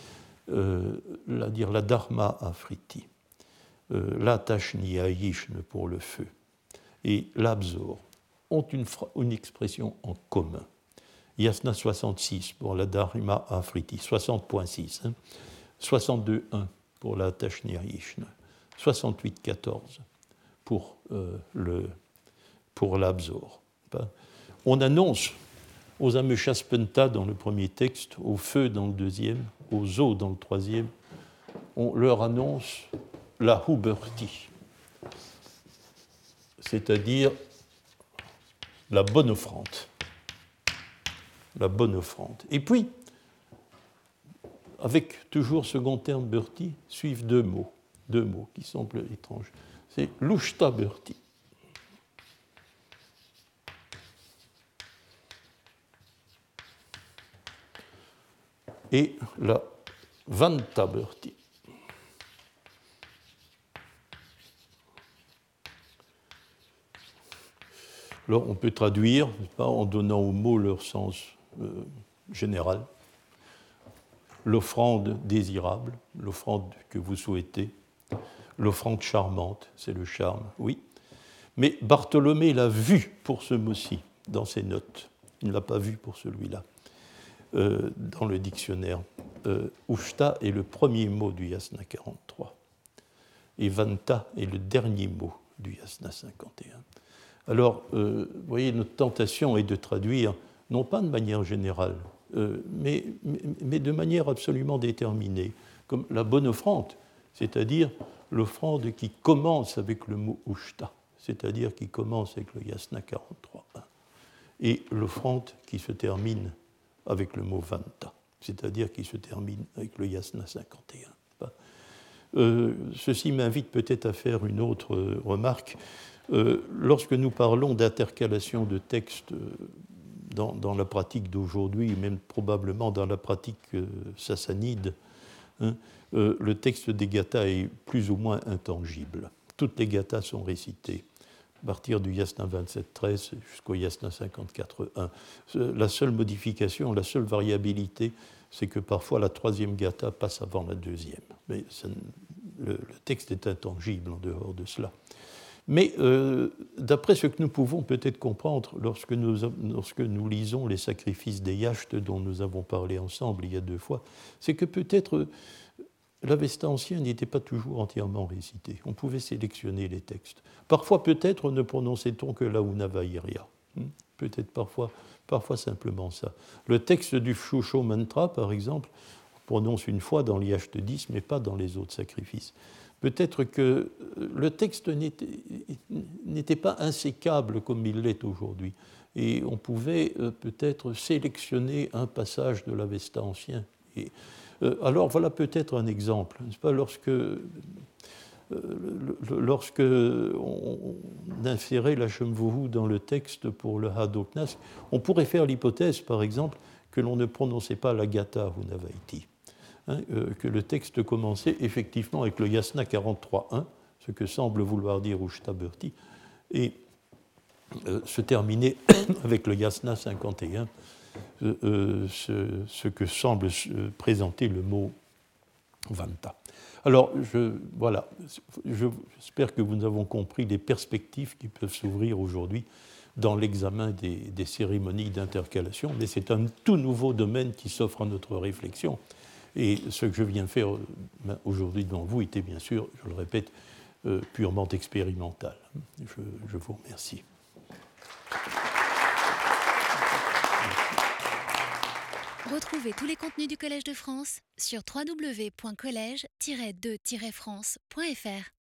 la Dharma Afriti, la Tashniya Yishne pour le feu et l'Abzor ont une expression en commun. Yasna 66 pour la Dharma Afriti, 60.6, 62.1 pour la Tashniya Yishne, 68.14 pour l'Abzor. On annonce aux Ameshaspenta dans le premier texte, au feu dans le deuxième, aux eaux dans le troisième, on leur annonce la Huberti, c'est-à-dire la bonne offrande. La bonne offrande. Et puis, avec toujours second terme Berti, suivent deux mots qui semblent étranges. C'est l'Ushta Berti. Et la Vanta Berti. Alors, on peut traduire en donnant aux mots leur sens général. L'offrande désirable, l'offrande que vous souhaitez, l'offrande charmante, c'est le charme, oui. Mais Bartholomé l'a vu pour ce mot-ci dans ses notes. Il ne l'a pas vu pour celui-là, dans le dictionnaire. Ushta est le premier mot du yasna 43. Et Vanta est le dernier mot du yasna 51. Alors, vous voyez, notre tentation est de traduire, non pas de manière générale, mais de manière absolument déterminée, comme la bonne offrande, c'est-à-dire l'offrande qui commence avec le mot Ushta, c'est-à-dire qui commence avec le yasna 43.1, et l'offrande qui se termine avec le mot Vanta, c'est-à-dire qui se termine avec le yasna 51. Ceci m'invite peut-être à faire une autre remarque. Lorsque nous parlons d'intercalation de textes dans la pratique d'aujourd'hui, même probablement dans la pratique sassanide, hein, le texte des gathas est plus ou moins intangible. Toutes les gathas sont récitées, à partir du yasna 27.13 jusqu'au yasna 54.1. La seule modification, la seule variabilité, c'est que parfois la troisième gatha passe avant la deuxième. Mais le texte est intangible en dehors de cela. Mais d'après ce que nous pouvons peut-être comprendre lorsque nous lisons les sacrifices des Yachts dont nous avons parlé ensemble il y a 2 fois, c'est que peut-être l'Avesta ancien n'était pas toujours entièrement récité. On pouvait sélectionner les textes. Parfois, peut-être, ne prononçait-on que la Unavairia. Peut-être parfois simplement ça. Le texte du Shusho Mantra, par exemple, on prononce une fois dans l'Yacht 10, mais pas dans les autres sacrifices. Peut-être que le texte n'était pas insécable comme il l'est aujourd'hui. Et on pouvait peut-être sélectionner un passage de l'Avesta ancien. Alors voilà peut-être un exemple. N'est-ce pas, lorsque on insérait la Shambhuvu dans le texte pour le Hadoknas, on pourrait faire l'hypothèse, par exemple, que l'on ne prononçait pas la Gatha Hunavaiti. Que le texte commençait effectivement avec le yasna 43.1, ce que semble vouloir dire Ushtaburti, et se terminait avec le yasna 51, ce que semble présenter le mot Vanta. Alors, voilà, j'espère que nous avons compris les perspectives qui peuvent s'ouvrir aujourd'hui dans l'examen des cérémonies d'intercalation, mais c'est un tout nouveau domaine qui s'offre à notre réflexion. Et ce que je viens faire aujourd'hui devant vous était bien sûr, je le répète, purement expérimental. Je vous remercie. Retrouvez tous les contenus du Collège de France sur www.collège-2-france.fr.